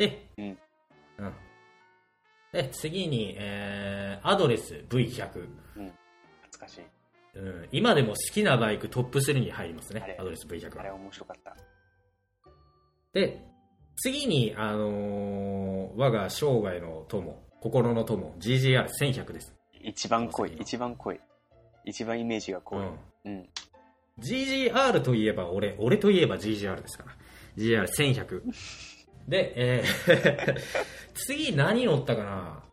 で、次に、アドレス V100。 懐かしい。 今でも好きなバイクトップ3に入りますね。アドレス V100。 あれ面白かった。 で、次に、我が生涯の友、心の友、GGR1100 です。 一番濃い。一番イメージが濃い。 GGR といえば俺といえば GGR ですから。GGR1100。で、次何乗ったかな？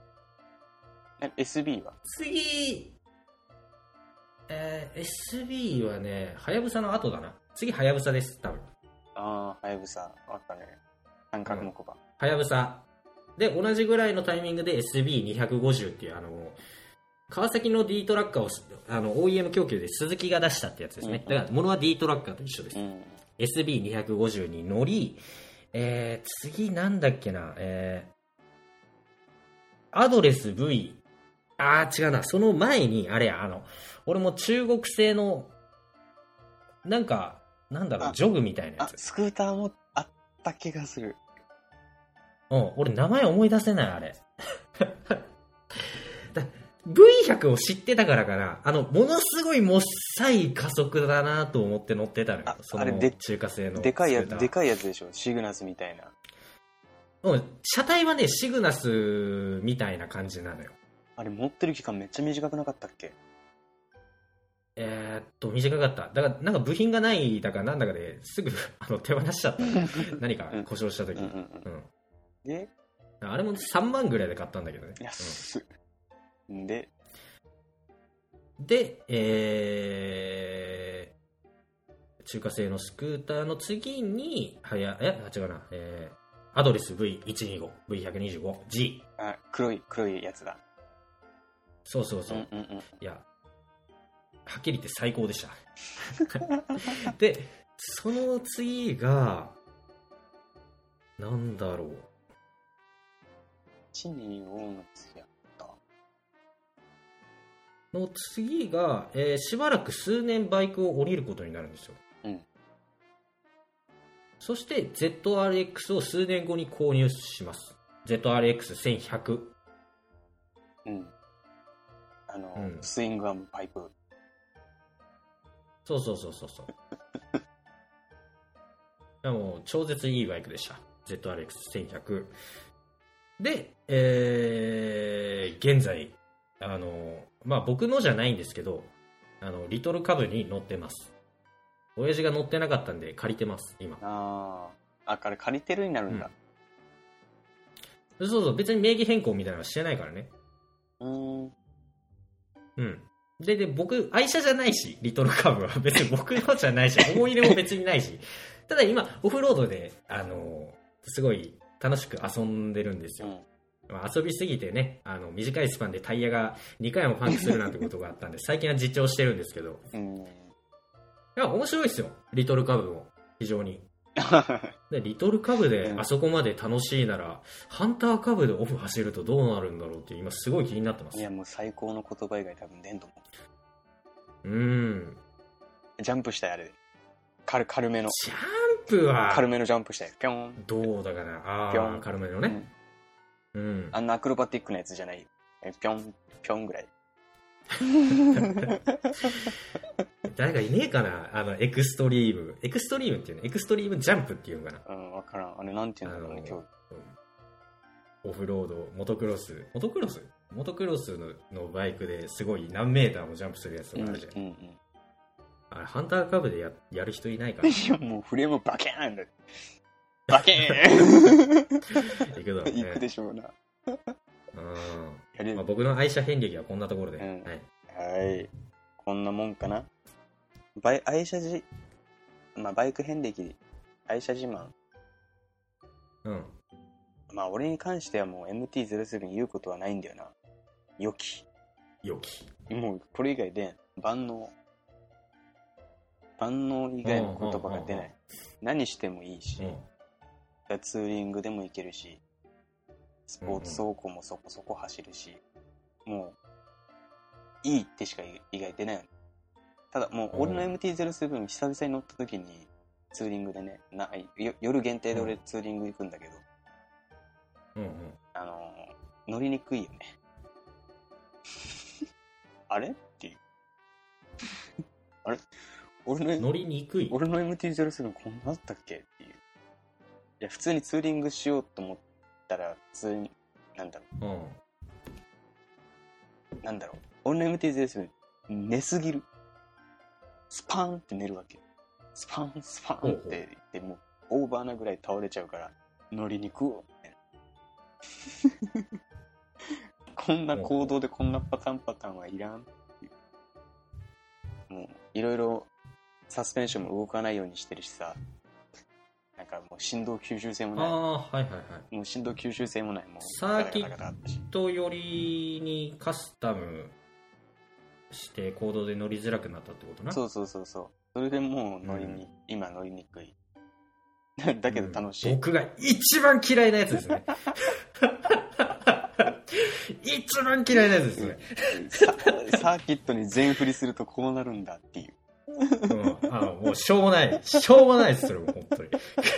SB は？ 次、SB はね、はやぶさの後だな。次はやぶさです、多分。 ああ、はやぶさ。あったね。三角木馬。 はやぶさ。で、同じぐらいのタイミングで SB250 っていう、川崎の D トラッカーをOEM 供給で鈴木が出したってやつですね。だから、物は D トラッカーと一緒です。SB250 に乗り、次なんだっけな、アドレス V、違うな、その前に、あれや、俺も中国製の、なんだろう、ジョグみたいなやつ。 スクーターもあった気がする。 俺名前思い出せない、あれ。V100 を知ってたからかな。ものすごいもっさい加速だなと思って乗ってたのよ。その中華製の。 でかいやつでしょ。シグナスみたいな。 車体はね、シグナスみたいな感じなのよ。 あれ持ってる期間めっちゃ短くなかったっけ？ 短かった。だから、なんか部品がないだかなんだかですぐ手放しちゃった。何か故障した時。 で、 あれも3万ぐらいで買ったんだけどね。 安っ。 で、中華製のスクーターの次に、違うな、アドレス V125、V125、G。 黒いやつだ。 そう。いや、はっきり言って最高でした。で、その次が、なんだろう。 125の次やった。 の次が、しばらく数年バイクを降りることになるんですよ。そして ZRX を数年後に購入します。ZRX1100。 スイングアームパイプ。 そう。もう超絶いいバイクでした。ZRX1100。で、現在、僕のじゃないんですけど、リトルカブに乗ってます。親父が乗ってなかったんで借りてます、今。 これ借りてるになるんだ。 そう、別に名義変更みたいなのはしてないからね。で、僕、愛車じゃないし、リトルカブは別に僕のじゃないし、思い入れも別にないし、ただ今、オフロードで、すごい楽しく遊んでるんですよ。 遊びすぎてね、短いスパンでタイヤが2回もパンクするなんてことがあったんで、最近は自重してるんですけど、いや、面白いですよ、リトルカブも、非常に。でリトルカブであそこまで楽しいなら、ハンターカブでオフ走るとどうなるんだろうって今すごい気になってます。 いや、もう最高の言葉以外多分出んと思う。 ジャンプしたい、あれで。軽めの。 ジャンプは軽めのジャンプしたい。ピョン。 どうだかな。軽めのね。 あんなアクロバティックなやつじゃない。ピョン、ピョンぐらい。 誰かいねえかな、エクストリームっていうの、エクストリームジャンプっていうのかな。 わからん。あれなんていうのかな、今日。 オフロード、モトクロスのバイクですごい何メーターもジャンプするやつとかあるじゃん。あれ、ハンターカブでやる人いないから。いや、もうフレームバケーンだ。バケーン行くだろうね。 行くでしょうな。 僕の愛車遍歴はこんなところで。 はい。こんなもんかな。愛車バイク遍歴、愛車自慢。俺に関してはもう MT-07 言うことはないんだよな。良き。もうこれ以外で万能以外の言葉が出ない。何してもいいし、ツーリングでも行けるし、スポーツ走行もそこそこ走るし、もういいってしか意外出ないよね。ただもう俺の MT-07 久々に乗った時にツーリングでね、夜限定で俺ツーリング行くんだけど、乗りにくいよね。あれっていう。あれ乗りにくい。 俺の MT-07 こんなだったっけっていう。いや、普通にツーリングしようと思ったら、普通に、なんだろう。俺の MT-07 寝すぎる。スパーンって寝るわけ。スパーンって言って、もうオーバーなぐらい倒れちゃうから、乗りにくい。こんな行動でこんなパターンはいらん。もういろいろサスペンションも動かないようにしてるしさ、なんかもう振動吸収性もない。もう振動吸収性もない。もうサーキット寄りにカスタムして行動で乗りづらくなったってことな。 そう。それでもう今乗りにくい。だけど楽しい。 僕が一番嫌いなやつですね。一番嫌いなやつですね。 サーキットに全振りするとこうなるんだっていう。 もうしょうもないです、それも本当に。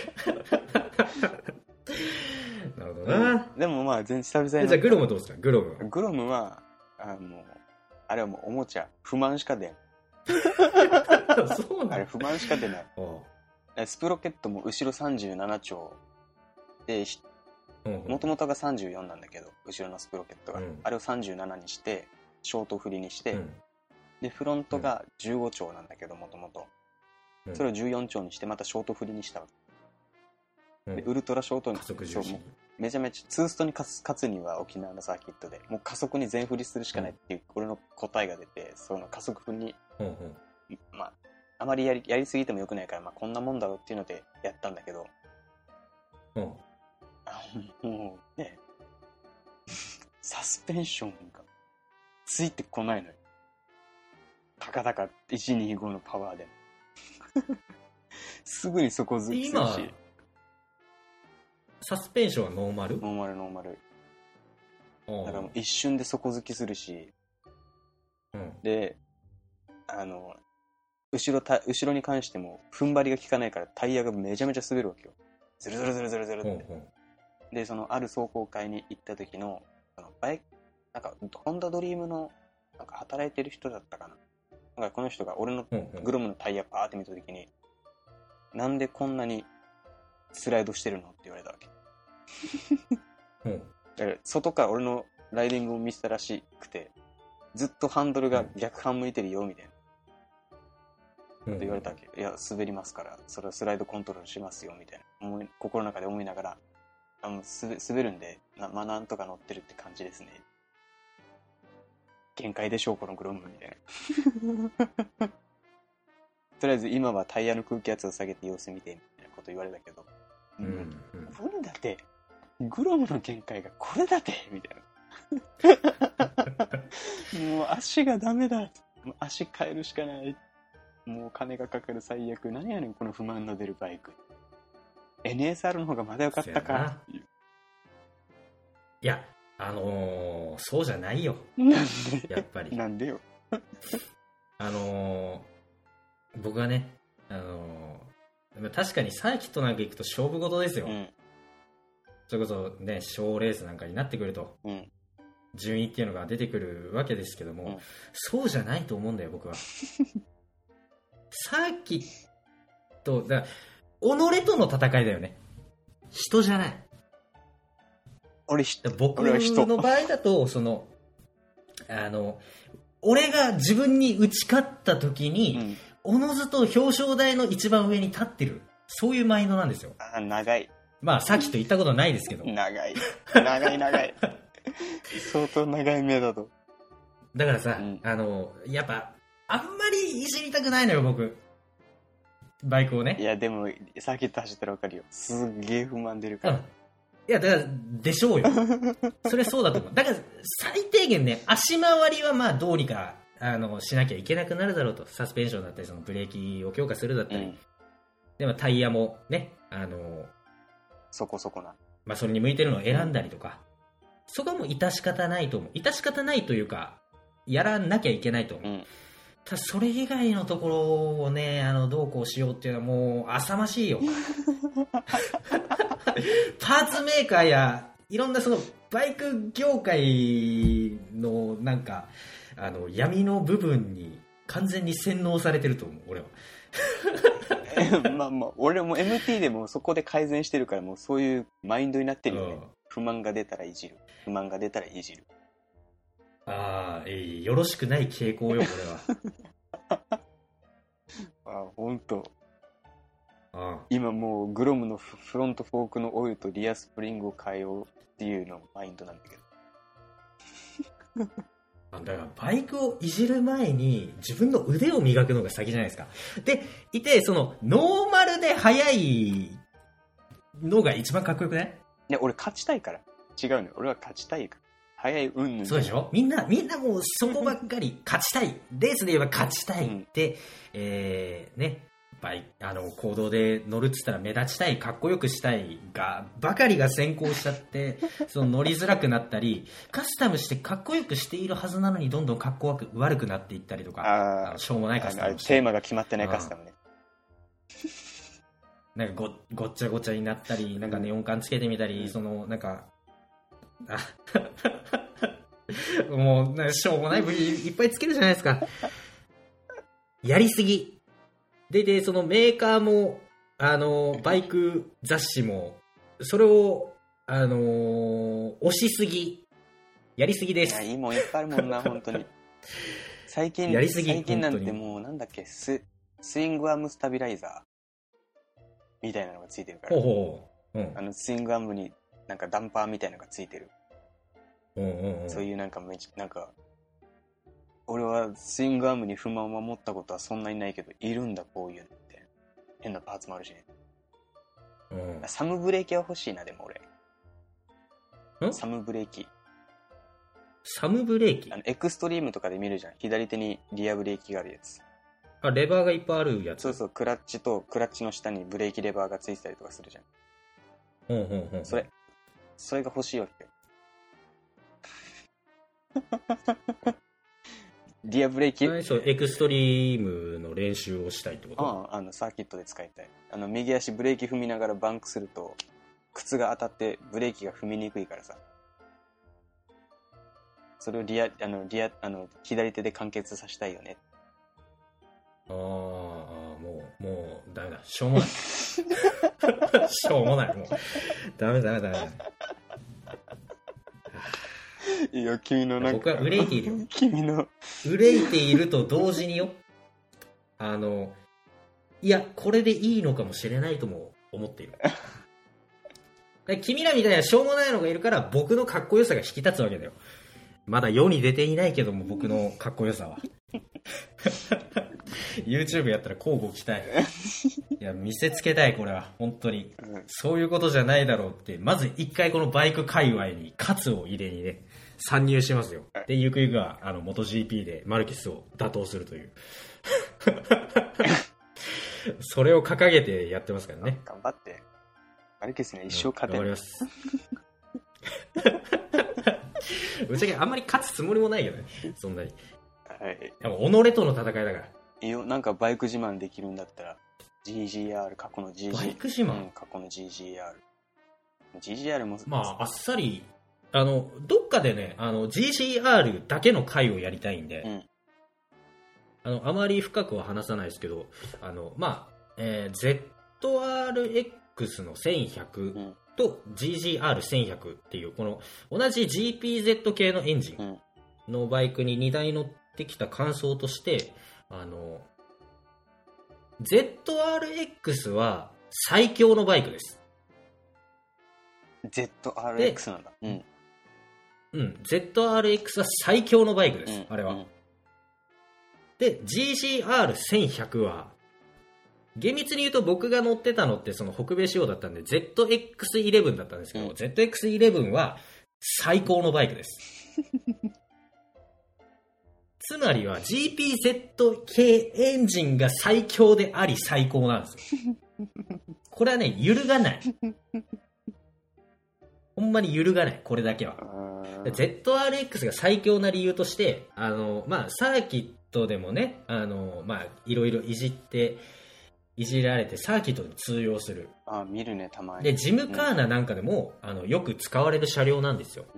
なるほどな。 でもまあ久々に。じゃあグロムどうですか？グロムはあれはもうおもちゃ、不満しか出ん。 そうなの？ あれ不満しか出ない。スプロケットも後ろ37丁で、もともとが34なんだけど、後ろのスプロケットが、あれを37にしてショート振りにして、でフロントが15丁なんだけど、もともとそれを14丁にしてまたショート振りにしたわけ、でウルトラショートにめちゃめちゃツーストに勝つには沖縄のサーキットでもう加速に全振りするしかないっていう俺の答えが出て、その加速振りに、あまりやりすぎてもよくないから、こんなもんだろうっていうのでやったんだけど、もうね、サスペンションがついてこないのよ。たかだか125のパワーで。すぐに底付きするし。 今、サスペンションはノーマル？ ノーマル。だからもう一瞬で底付きするし、で、後ろに関しても踏ん張りが効かないからタイヤがめちゃめちゃ滑るわけよ。ズルって。で、ある走行会に行った時の、なんか、ホンダドリームの、なんか働いてる人だったかな。なんかこの人が俺のグロムのタイヤパーって見た時に、なんでこんなにスライドしてるのって言われたわけ。だから外から俺のライディングを見せたらしくて、ずっとハンドルが逆半向いてるよみたいな。って言われたわけ。いや、滑りますから、それはスライドコントロールしますよみたいな。心の中で思いながら、滑るんで、なんとか乗ってるって感じですね。限界でしょう、このグロムみたいな。とりあえず今はタイヤの空気圧を下げて様子見てみたいなこと言われたけど、無理だって。 グロムの限界がこれだてみたいな。もう足がダメだ。もう足変えるしかない。もう金がかかる最悪。何やねんこの不満の出るバイク。NSR の方がまだ良かったかっていう。 いや、そうじゃないよ。 なんでやっぱり。 なんでよ。 僕はね、確かにサーキットなんか行くと勝負事ですよ。それこそね、賞レースなんかになってくると、順位っていうのが出てくるわけですけども、そうじゃないと思うんだよ、僕は。サーキット、だから己との戦いだよね。人じゃない。僕の場合だと、俺が自分に打ち勝った時に、おのずと表彰台の一番上に立ってる。そういうマインドなんですよ。 長い。 まあ、さっきと言ったことないですけど。 長い。相当長い目だと。 だからさ、やっぱ、あんまりいじりたくないのよ、僕。バイクをね。 いや、でも、サーキット走ったらわかるよ。すっげえ不満出るから。 いや、だから、でしょうよ。それそうだと思う。だから、最低限ね、足回りはまあ、どうにか、しなきゃいけなくなるだろうと。サスペンションだったり、そのブレーキを強化するだったり。でも、タイヤもね、 そこそこな。 まあ、それに向いてるのを選んだりとか。そこはもう、致し方ないと思う。致し方ないというか、やらなきゃいけないと思う。ただ、それ以外のところをね、どうこうしようっていうのはもう、浅ましいよ。パーツメーカーやいろんなそのバイク業界のなんか闇の部分に完全に洗脳されてると思う、俺は。 まあまあ俺も MT でもそこで改善してるから、もうそういうマインドになってるよね。不満が出たらいじる、不満が出たらいじる。 よろしくない傾向よ、これは。本当。今もうグロムのフロントフォークのオイルとリアスプリングを変えようっていうのマインドなんだけど。 だからバイクをいじる前に自分の腕を磨くのが先じゃないですか。でいて、そのノーマルで速いのが一番かっこよくない？ いや、俺勝ちたいから。違うのよ、俺は勝ちたいから。速いうん。 そうでしょ。みんなもうそこばっかり勝ちたい。レースで言えば勝ちたいって、ね。行動で乗るっつったら目立ちたい、かっこよくしたいがばかりが先行しちゃってその乗りづらくなったり、カスタムしてかっこよくしているはずなのにどんどんかっこ悪くなっていったりとか、しょうもないカスタムして、 テーマが決まってないカスタムね。 なんかごっちゃごちゃになったり、なんかネオン管つけてみたり、そのなんかもうしょうもない部品いっぱいつけるじゃないですか。やりすぎで、そのメーカーも、バイク雑誌も、それを、押しすぎ、やりすぎです。 いや、いいもんいっぱいあるもんな、本当に。最近なんてもう、なんだっけ、スイングアームスタビライザーみたいなのがついてるから。スイングアームになんかダンパーみたいなのがついてる。そういうなんか俺はスイングアームに不満を持ったことはそんなにないけど、いるんだこういうのって。変なパーツもあるしね。サムブレーキは欲しいな。でも俺サムブレーキエクストリームとかで見るじゃん。左手にリアブレーキがあるやつ。 レバーがいっぱいあるやつ。 そうそう、クラッチの下にブレーキレバーがついてたりとかするじゃん。それが欲しいわけよ。リアブレーキ、 エクストリームの練習をしたいってこと？ サーキットで使いたい。右足ブレーキ踏みながらバンクすると靴が当たってブレーキが踏みにくいからさ、それを左手で完結させたいよね。 もうダメだ、しょうもないしょうもない、もうダメいや、君のなんか僕は憂いているよ。 憂いていると同時によ、いや、これでいいのかもしれないとも思っている。君らみたいなしょうもないのがいるから僕のかっこよさが引き立つわけだよ。まだ世に出ていないけども、僕のかっこよさは YouTube やったら交互期待。いや、見せつけたい、これは。本当に。そういうことじゃないだろうって、まず一回このバイク界隈に喝を入れにね、参入しますよ。で、ゆくゆくは、MotoGP でマルケスを打倒するという。それを掲げてやってますからね。 頑張って。マルケスには一生勝てない。 頑張ります。ぶっちゃけあんまり勝つつもりもないけどね、そんなに。 はい。 でも己との戦いだから。 いいよ、なんかバイク自慢できるんだったら、GGR、過去の GGR。 バイク自慢、 過去の GGR。GGR も。 まあ、あっさり、どっかでね、GGR だけの回をやりたいんで、あまり深くは話さないですけど、まあ、ZRX の1100、と GGR1100 っていうこの同じ GPZ 系のエンジンのバイクに2台乗ってきた感想として、ZRX は最強のバイクです。 ZRX なんだ。 ZRX は最強のバイクです、あれは。で GGR1100 は厳密に言うと僕が乗ってたのってその北米仕様だったんで ZX11 だったんですけど、ZX11 は最高のバイクです。つまりは GPZ 系エンジンが最強であり最高なんですよ。これはね、揺るがない。ほんまに揺るがない、これだけは。ZRX が最強な理由として、まあ、サーキットでもね、まあ、いろいろいじられてサーキットでも通用する。 あ、見るね、たまに。 でジムカーナなんかでも、よく使われる車両なんですよ。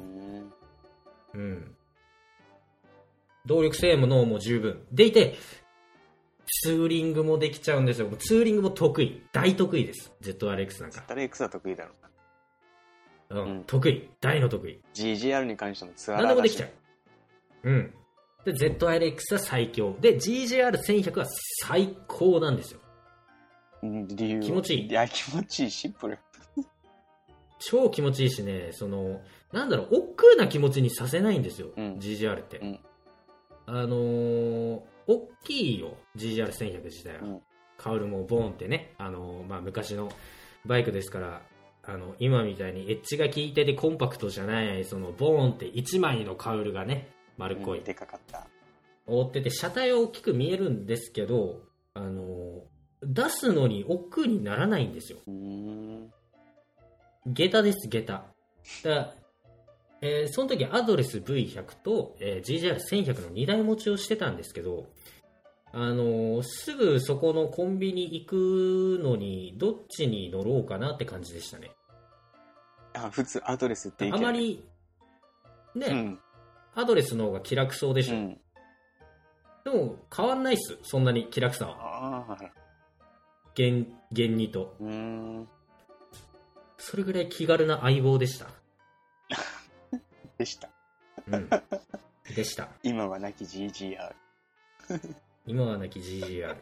動力性も脳も十分でいて、ツーリングもできちゃうんですよ。ツーリングも得意、大得意です。 ZRX なんか。 ZRX は得意だろうな。 得意、大の得意。 GGR に関してもツアー何でもできちゃう。で ZRX は最強で GGR1100 は最高なんですよ。 理由気持ちいい。 いや、気持ちいい、シンプル。 超気持ちいいしね、なんだろう、億劫な気持ちにさせないんですよ、GGR って。大きいよ、GGR1100 自体は。カウルもボーンってね、まあ、昔のバイクですから、今みたいにエッジが効いててコンパクトじゃない、ボーンって1枚のカウルがね、丸っこい。 でかかった。 覆ってて、車体は大きく見えるんですけど、出すのに億劫にならないんですよ。下駄です、下駄。その時アドレス V100 と、GGR1100 の2台持ちをしてたんですけど、すぐそこのコンビニ行くのにどっちに乗ろうかなって感じでしたね。 普通アドレスっていいけど、 あまりね、アドレスの方が気楽そうでしょ。でも変わんないっす、そんなに気楽さは。現にと。それぐらい気軽な相棒でした。 でした。 でした。 今はなき GGR。 今はなき GGR。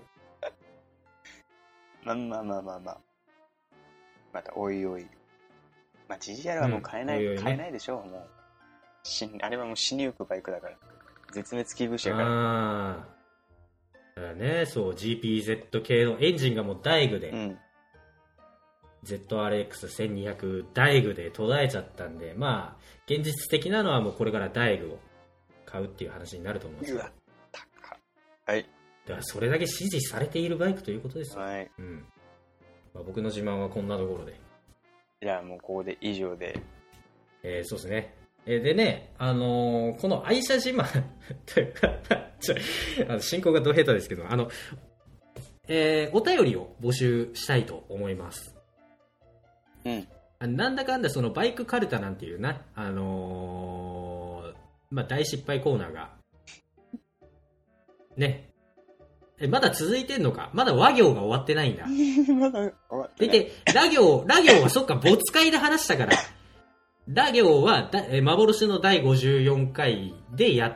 まあ。またおいおい。まあ GGR はもう買えない、買えないでしょう。もうあれはもう死にゆくバイクだから。絶滅危惧種やから。 だからね、そう GPZ 系のエンジンがもう大具で。ZRX1200 大具で途絶えちゃったんで、まあ現実的なのはもうこれから大具を買うっていう話になると思うんですよ。 はい。 だからそれだけ支持されているバイクということですよ。 はい。 まあ、僕の自慢はこんなところで。 じゃあもうここで以上で。 そうですね。でね、この愛車自慢というか進行がど下手ですけど、お便りを募集したいと思います。なんだかんだそのバイクカルタなんていうな、まあ、大失敗コーナーがね、まだ続いてんのか。まだ和行が終わってないんだ。 まだ終わってない。 で、ラ行はそっか、没回で話したから。ラ行は幻の第54回でやって、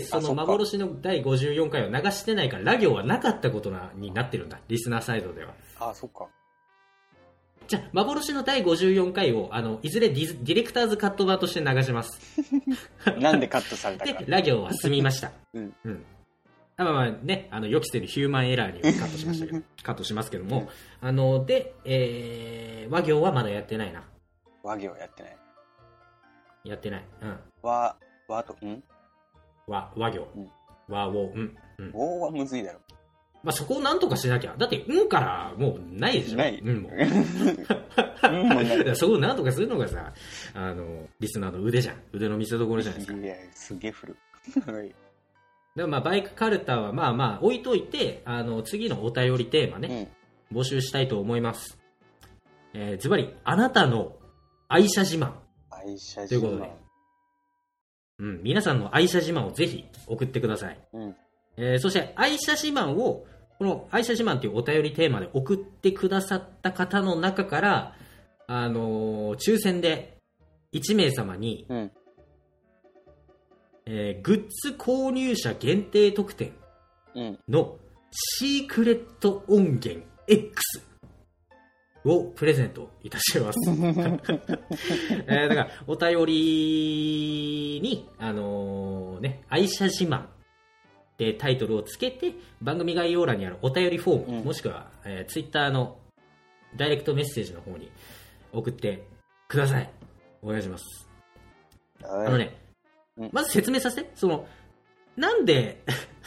その幻の第54回を流してないから、ラ行はなかったことになってるんだ。リスナーサイドでは。 あ、そっか。 じゃあ、幻の第54回を、いずれディレクターズカット版として流します。 なんでカットされたか。 で、ラ行は済みました。 まあまあね、予期せぬヒューマンエラーにカットしましたけど、カットしますけども、で、和行はまだやってないな。 和行やってない。 やってない。うん。 和と、 和行。和を、 和はむずいだろ。 まあそこをなんとかしなきゃ。だって、からもうないでしょ。 ない。 もう。そこをなんとかするのがさ、リスナーの腕じゃん。腕の見せ所じゃないですか。 いや、すげえ古。 でもまあバイクカルタはまあまあ置いといて、次のお便りテーマね、募集したいと思います。ズバリ、あなたの愛車自慢。 愛車自慢。ということで。皆さんの愛車自慢をぜひ送ってください。そして愛車自慢を、この愛車自慢というお便りテーマで送ってくださった方の中から、抽選で1名様に、グッズ購入者限定特典のシークレット音源 X をプレゼントいたします。だからお便りに愛車自慢でタイトルをつけて番組概要欄にあるお便りフォーム、もしくは、ツイッターのダイレクトメッセージの方に送ってください。お願いします。まず説明させて。なんで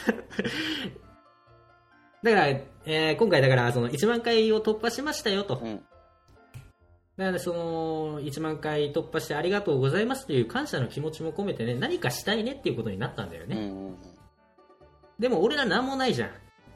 だから、今回だからその1万回を突破しましたよと。だから1万回突破してありがとうございますという感謝の気持ちも込めてね、何かしたいねっていうことになったんだよね。でも俺らなんもないじゃん。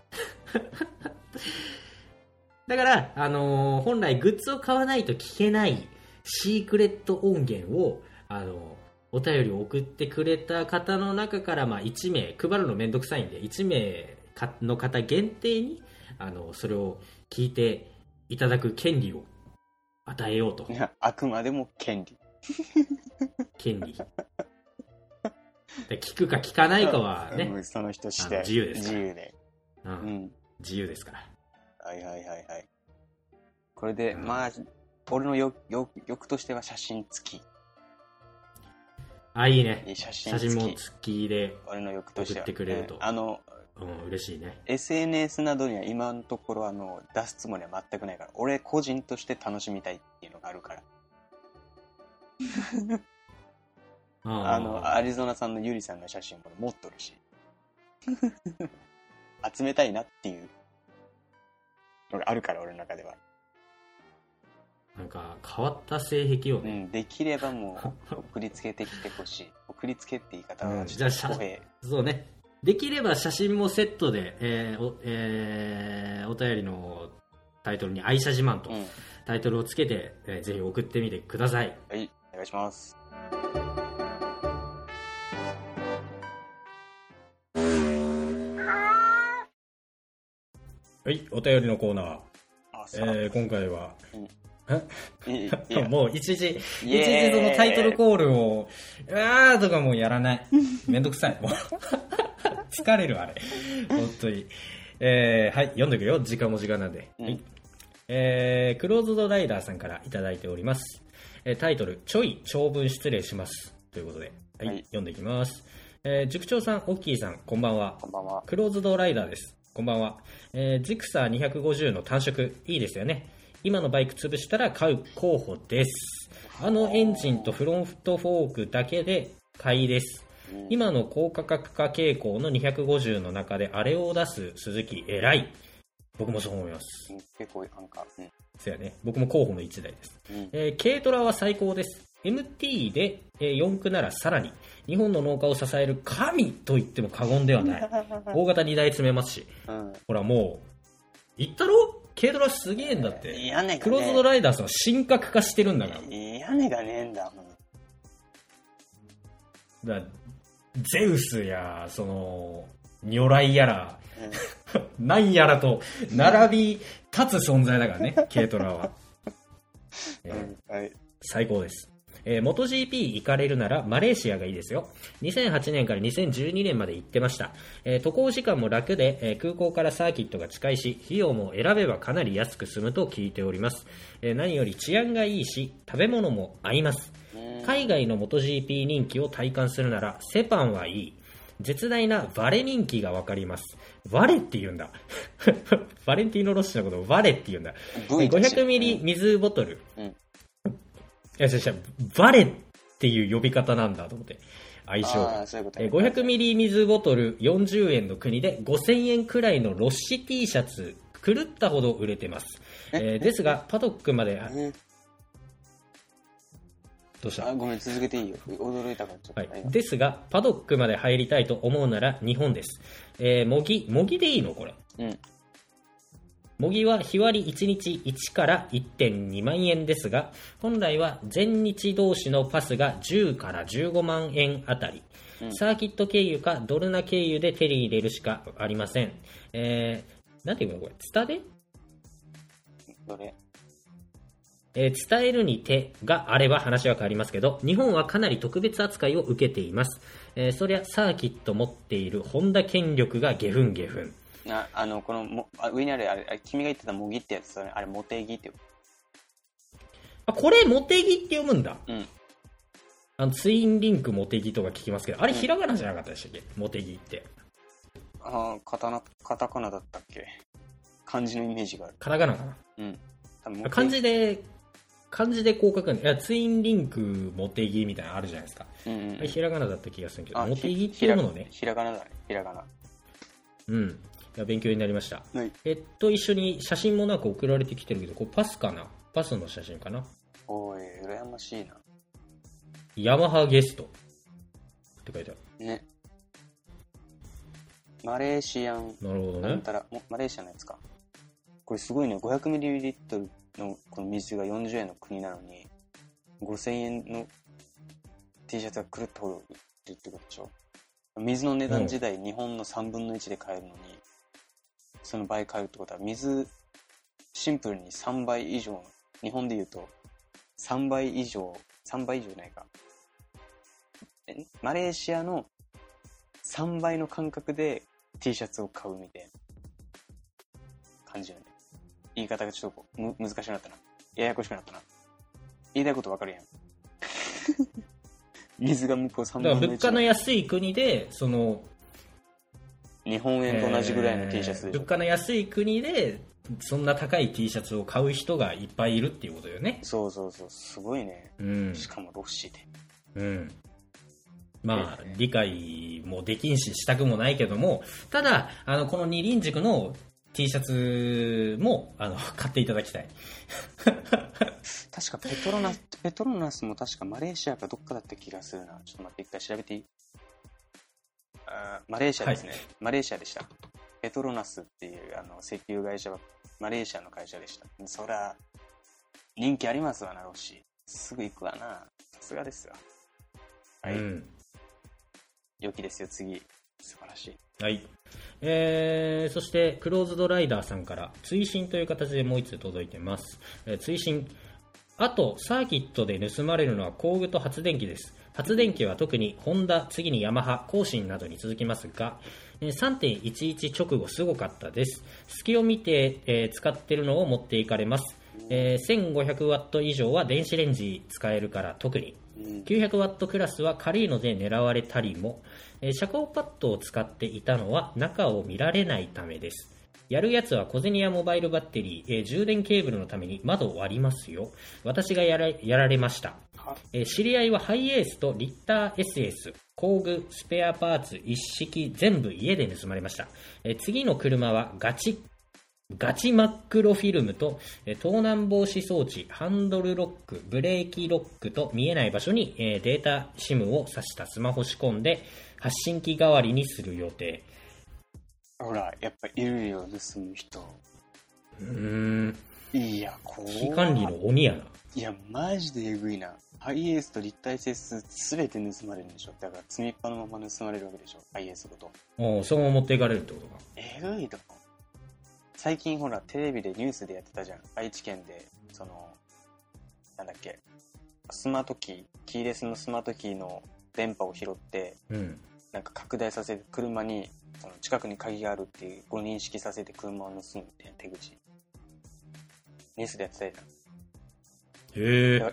だから、本来グッズを買わないと聞けないシークレット音源を、お便りを送ってくれた方の中から、1名、配るのめんどくさいんで、1名の方限定に、それを聞いていただく権利を与えようと。 いや、あくまでも権利。 権利。聞くか聞かないかはね、 その人次第。 自由ですから。 自由で。 自由ですから。 はい。これで、俺の欲としては写真付き。 いいね。 写真も付きで俺の欲としては送ってくれると。嬉しいね。 SNS などには今のところ出すつもりは全くないから、俺個人として楽しみたいっていうのがあるから。アリゾナさんのユリさんの写真も持っとるし。集めたいなっていうのがあるから、俺の中では。 なんか変わった性癖をね、 できればもう送りつけてきてほしい。送りつけって言い方はじゃあそうね、できれば写真もセットで、お便りのタイトルに愛車自慢とタイトルをつけて、ぜひ送ってみてください。 はい、お願いします。 はい、お便りのコーナー。今回は、もう一時そのタイトルコールをとかもうやらない。めんどくさい。もう疲れるあれ。本当に。はい、読んでくよ。時間も時間なんで。はい。クローズドライダーさんからいただいております。タイトル、ちょい長文失礼します。ということで、はい、読んでいきます。塾長さん、オッキーさん、こんばんは。 こんばんは。 クローズドライダーです。こんばんは。ジクサー250の単色、いいですよね。今のバイク潰したら買う候補です。エンジンとフロントフォークだけで買いです。今の高価格化傾向の250の中であれを出す鈴木偉い。僕もそう思います。 結構なんか、 そうやね。僕も候補の1台です。軽トラは最高です。MT で四駆ならさらに日本の農家を支える神と言っても過言ではない。大型2台積めますし、ほらもう言ったろ。軽トラすげえんだって。 屋根がね、 クローズドライダーさんは神格化してるんだから。 屋根がねえんだもん。 だゼウスや如来やら、なんやらと並び立つ存在だからね、軽トラは。 はい、 最高です。モト GP 行かれるならマレーシアがいいですよ。2008年から2012年まで行ってました。渡航時間も楽で、空港からサーキットが近いし、費用も選べばかなり安く済むと聞いております。何より治安がいいし、食べ物も合います。海外のモト GP 人気を体感するならセパンはいい。 絶大なバレ人気がわかります。バレって言うんだ。バレンティーノ・ロッシのことをバレって言うんだ。500ミリ水ボトル。いや、バレっていう呼び方なんだと思って。相性が。500ミリ水ボトル40円の国で5000円くらいのロッシ T シャツ、狂ったほど売れてます。ですが、パドックまで、どうした？ ごめん、続けていいよ。驚いたからちょっと、 はい。ですが、パドックまで入りたいと思うなら日本です。模擬でいいのこれ。模擬は日割り1日1から 1.2 万円ですが、本来は全日同士のパスが10から15万円あたり。サーキット経由かドルナ経由で手に入れるしかありません。なんていうのこれ、ツタで？ どれ？ 伝えるに手があれば話は変わりますけど、日本はかなり特別扱いを受けています。そりゃサーキット持っているホンダ権力がゲフンゲフン。 この上にあるあれ君が言ってた模擬ってやつ、あれモテギってこれモテギって読むんだ。ツインリンクモテギとか聞きますけど、あれひらがなじゃなかったでしたっけ？モテギって。 カタカナだったっけ？漢字のイメージがある。 カタカナかな。多分漢字でこう書くんで、いやツインリンクモテギみたいなのあるじゃないですか。あれひらがなだった気がするけど、モテギって読むのね。 ひらがなだね。ひらがな。 いや勉強になりました。 はい、 一緒に写真もなんか送られてきてるけど、これパスかな？パスの写真かな？ おい、羨ましいな。 ヤマハゲストって書いてある。 ね。マレーシアン。 なるほどね。 なんたら、マレーシアのやつか。これすごいね。500ml のこの水が40円の国なのに、5000円の T シャツが狂ったほど売ってるってことでしょ。水の値段自体日本の3分の1で買えるのに、その倍買うってことは水シンプルに3倍以上の、日本で言うと3倍以上ないか、マレーシアの3倍の感覚で T シャツを買うみたいな感じよね。言い方がちょっと難しくなったな、ややこしくなったな。言いたいことわかるやん。水が向こう3分の1。だから物価の安い国で、その、 日本円と同じぐらいの T シャツでしょ。 物価の安い国で、そんな高い T シャツを買う人がいっぱいいるっていうことよね。 そう、すごいね。しかもロッシで。まあ、理解もできんし、したくもないけども、ただ、この二輪軸の T シャツも、買っていただきたい。 確かペトロナスも確かマレーシアかどっかだった気がするな。ちょっと待って、一回調べていい？マレーシアですね、はい。マレーシアでした。ペトロナスっていう石油会社はマレーシアの会社でした。そりゃ人気ありますわな、ロッシー。すぐ行くわな。さすがですよ。はい。良きですよ、次。素晴らしい。 はい。そして、クローズドライダーさんから追伸という形でもう一つ届いてます。追伸。あと、サーキットで盗まれるのは工具と発電機です。発電機は特にホンダ、次にヤマハ、コーシンなどに続きますが、3.11 直後すごかったです。隙を見て、使ってるのを持っていかれます。1500ワット以上は電子レンジ使えるから特に。900ワットクラスは軽いので狙われたりも。遮光パッドを使っていたのは中を見られないためです。やるやつは小銭やモバイルバッテリー、充電ケーブルのために窓を割りますよ。私がやられました。知り合いはハイエースとリッター SS、工具、スペアパーツ一式全部家で盗まれました。次の車はガチマックロフィルムと盗難防止装置、ハンドルロック、ブレーキロックと見えない場所にデータ SIM を挿したスマホ仕込んで発信機代わりにする予定。 ほら、やっぱいるよ、盗む人。いや、 危機管理の鬼やな。 いや、マジでえぐいな。ハイエースと立体接数すべて盗まれるんでしょ。だから積みっぱのまま盗まれるわけでしょ、ハイエースごと。 そのまま持っていかれるってことか。 えぐいとこ。最近ほら、テレビでニュースでやってたじゃん。愛知県で、なんだっけ、スマートキー、キーレスのスマートキーの電波を拾って、なんか拡大させて車に、近くに鍵があるっていうご認識させて車を盗むみたいな手口。ニュースでやってたじゃん。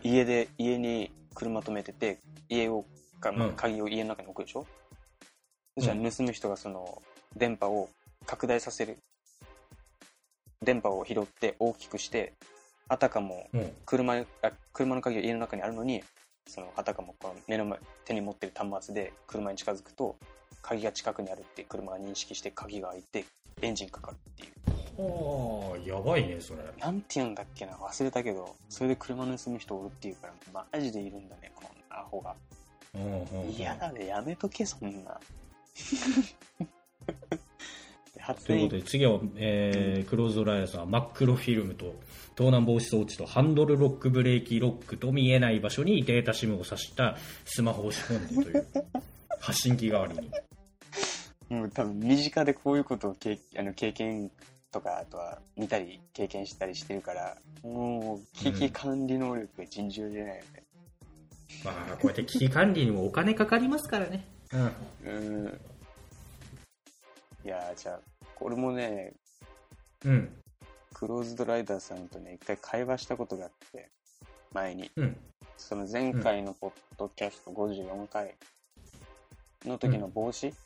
家に車止めてて、鍵を家の中に置くでしょ。 じゃあ盗む人がその電波を拡大させる、電波を拾って大きくして、あたかも車の鍵が家の中にあるのに、そのあたかもこの目の前手に持ってる端末で車に近づくと鍵が近くにあるって車が認識して鍵が開いてエンジンかかるっていう。 はあ、やばいねそれ。 なんて言うんだっけな、忘れたけど、それで車盗む人おるっていうから、マジでいるんだね、こんなアホが。嫌だね、やめとけそんな。 ということで次は、クローズドライダーさんは真っ黒フィルムと盗難防止装置とハンドルロックブレーキロックと見えない場所にデータシムを挿したスマホを仕込んでという発信機代わりに。 もう多分身近でこういうことを経験とか、あとは見たり経験したりしてるから、もう危機管理能力が尋常じゃないよね。 まあこうやって危機管理にもお金かかりますからね。 いやじゃあこれもね、クローズドライダーさんとね一回会話したことがあって、前に、その前回のポッドキャスト54回の時の帽子、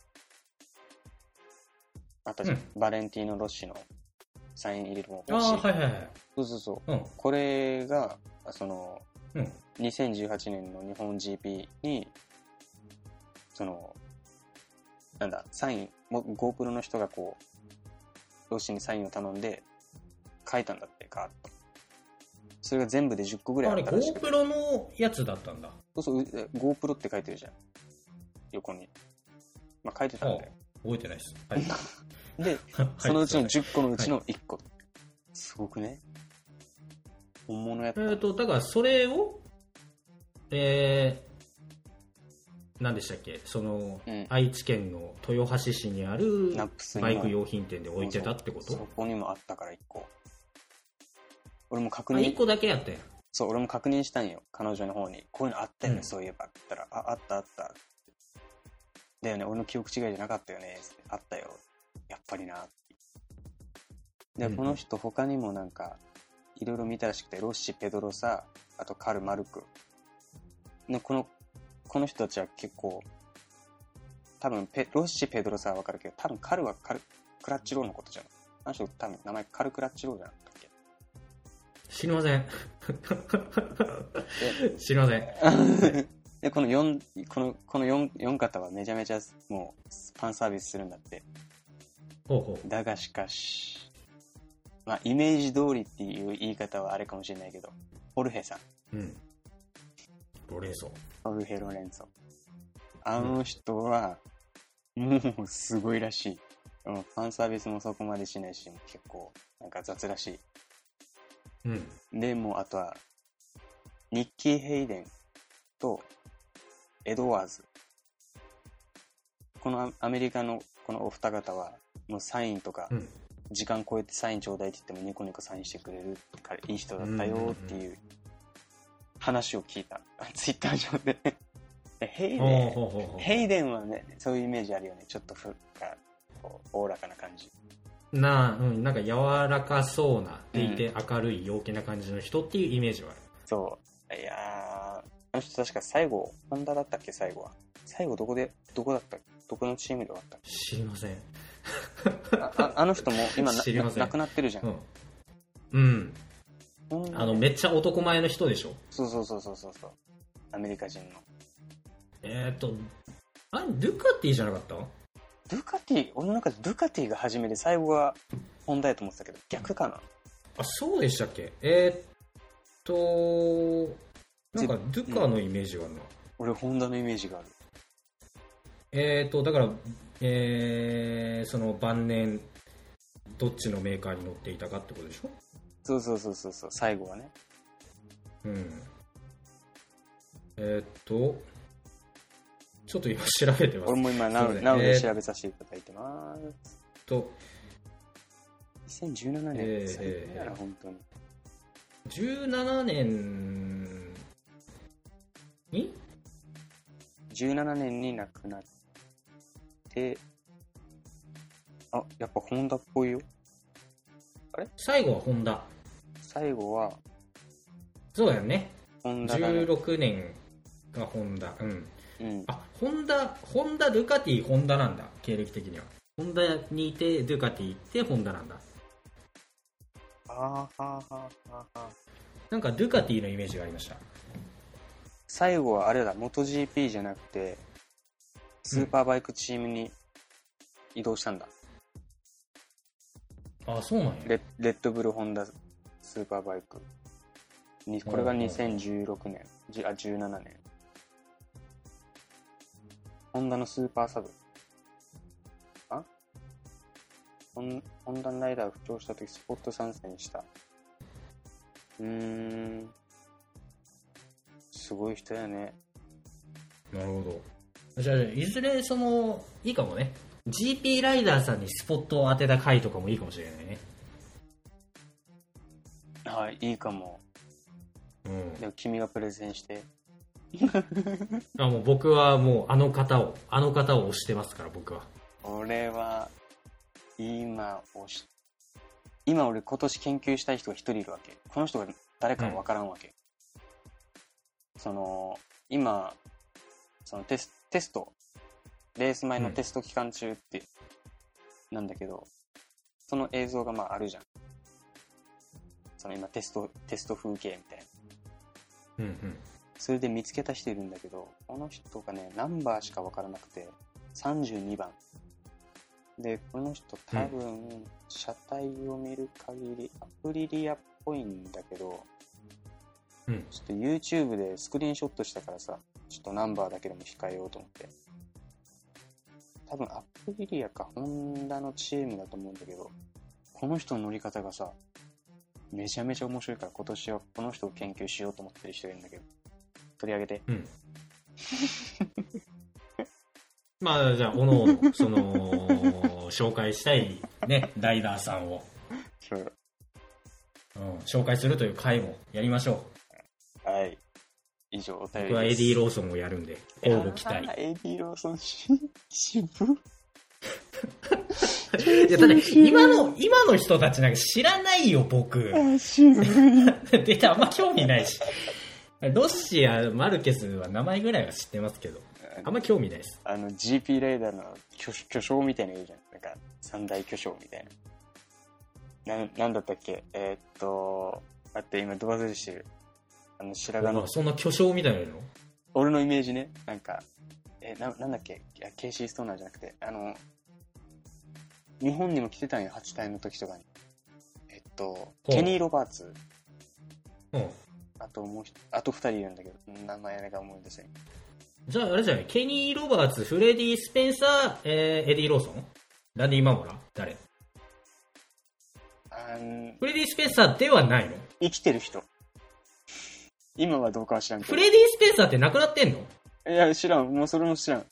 あったじゃん、バレンティーノ・ロッシのサイン入りの帽子。そう、これがその、2018年の日本 GP にそのなんだサインも GoPro の人がこうロッシにサインを頼んで書いたんだって、ガーッと。それが全部で10個ぐらいあったらしくて。 あれ GoPro のやつだったんだ。 そう、GoPro って書いてるじゃん、横に。まあ書いてたんだよ。 覚えてないです。はい、 で、そのうちの10個のうちの1個。すごくね。本物やった。 だからそれを何でしたっけ、その、愛知県の豊橋市にあるバイク用品店で置いてたってこと？ そこにもあったから1個。俺も確認。 1個だけやったよ。 そう、俺も確認したんよ、彼女の方に。こういうのあったよね、そういえば。って言ったら、あった。だよね、俺の記憶違いじゃなかったよね。あったよ。やっぱりな。で、この人他にもなんか、いろいろ見たらしくて、ロッシ、ペドロサ、あとカル、マルク。この人たちは結構、多分ロッシ、ペドロサはわかるけど、多分カルはクラッチローのことじゃん。あの人多分名前カルクラッチローじゃなかったっけ？ 知りません。知りません。 で、この4方はめちゃめちゃもうファンサービスするんだって。だがしかし、まあイメージ通りっていう言い方はあれかもしれないけど、ホルヘさん。 ロレンソ。 ホルヘ・ロレンソ。あの人は、もうすごいらしい。ファンサービスもそこまでしないし、結構なんか雑らしい。で、もうあとは、ニッキー・ヘイデンとエドワーズ。このアメリカのこのお二方は、もうサインとか、時間超えてサインちょうだいって言ってもニコニコサインしてくれる彼、いい人だったよっていう話を聞いた。ツイッター上で。ヘイデンはね、そういうイメージあるよね。ちょっとおおらかな感じ。 なんか柔らかそうな、でいて明るい陽気な感じの人っていうイメージはある。 そう。いやー、あの人確か最後、ホンダだったっけ、最後は。最後どこだったっけ、どこのチームで終わったっけ？ 知りません。 あの人も今亡くなってるじゃん。 めっちゃ男前の人でしょ？ そう。アメリカ人の。 ドゥカティじゃなかった？ ドゥカティ、俺の中でドゥカティが初めで最後はホンダやと思ってたけど、逆かな？ あ、そうでしたっけ？なんかドゥカのイメージがあるな。 俺ホンダのイメージがある。だから、その晩年どっちのメーカーに乗っていたかってことでしょ？ そう、最後はね。 ちょっと今調べてます。 俺も今なので調べさせていただいてます。2017年最近だな、本当に。 17年に 17年に亡くなって、あ、やっぱホンダっぽいよ。あれ？ 最後はホンダ。 最後はそうだよね。 ホンダだね。 16年がホンダ。 うん、 ホンダ、ドゥカティ、ホンダなんだ、経歴的には。ホンダにいて、ドゥカティ行って、ホンダなんだ。なんかドゥカティのイメージがありました。 最後はあれだ、MotoGP じゃなくて、スーパーバイクチームに移動したんだ。 あ、そうなんや。 レッドブルホンダスーパーバイクに、これが2016年、17年。ホンダのスーパーサブ。ホンダのライダーが不調したときスポット参戦した。すごい人やね。 なるほど。じゃあいずれいいかもね。GP ライダーさんにスポットを当てた回とかもいいかもしれないね。 はい、いいかも。でも君がプレゼンして。 もう僕はもうあの方を推してますから、僕は。 俺は今俺今年研究したい人が一人いるわけ。この人が誰かわからんわけ。今テストレース前のテスト期間中ってなんだけど、その映像がまああるじゃん。今テスト風景みたいな。それで見つけた人いるんだけど、この人がね、ナンバーしか分からなくて、32番。で、この人多分、車体を見る限り、アプリリアっぽいんだけど、ちょっと YouTube でスクリーンショットしたからさ、ちょっとナンバーだけでも控えようと思って。多分アプリリアかホンダのチームだと思うんだけど、この人の乗り方がさ、めちゃめちゃ面白いから、今年はこの人を研究しようと思ってる人がいるんだけど、取り上げて。 まあじゃあおのおの紹介したいねライダーさんを紹介するという回もやりましょう。はい。以上お便りです。 僕はエディ・ローソンをやるんで交互期待。 エディ・ローソン渋いやだって今の人たちなんか知らないよ僕。出た、あんま興味ないし。ロシア、マルケスは名前ぐらいは知ってますけど、あんま興味ないです。 GP ライダーの巨匠みたいなのいるじゃん。なんか三大巨匠みたいな。なんだったっけ。あって今ド忘れしてる。白髪の。 そんな巨匠みたいなの？ 俺のイメージね。なんかなんだっけ。ケイシー・ストーナーじゃなくて日本にも来てたんよ、8体の時とかに。ケニー・ロバーツ。あと2人いるんだけど、名前が思い出せん。 じゃああれじゃない、ケニー・ロバーツ、フレディ・スペンサー、エディ・ローソン、ランディ・マモラ、誰？フレディ・スペンサーではないの？ 生きてる人。今はどうかは知らんけど。 フレディ・スペンサーって亡くなってんの？ いや、知らん。もうそれも知らん。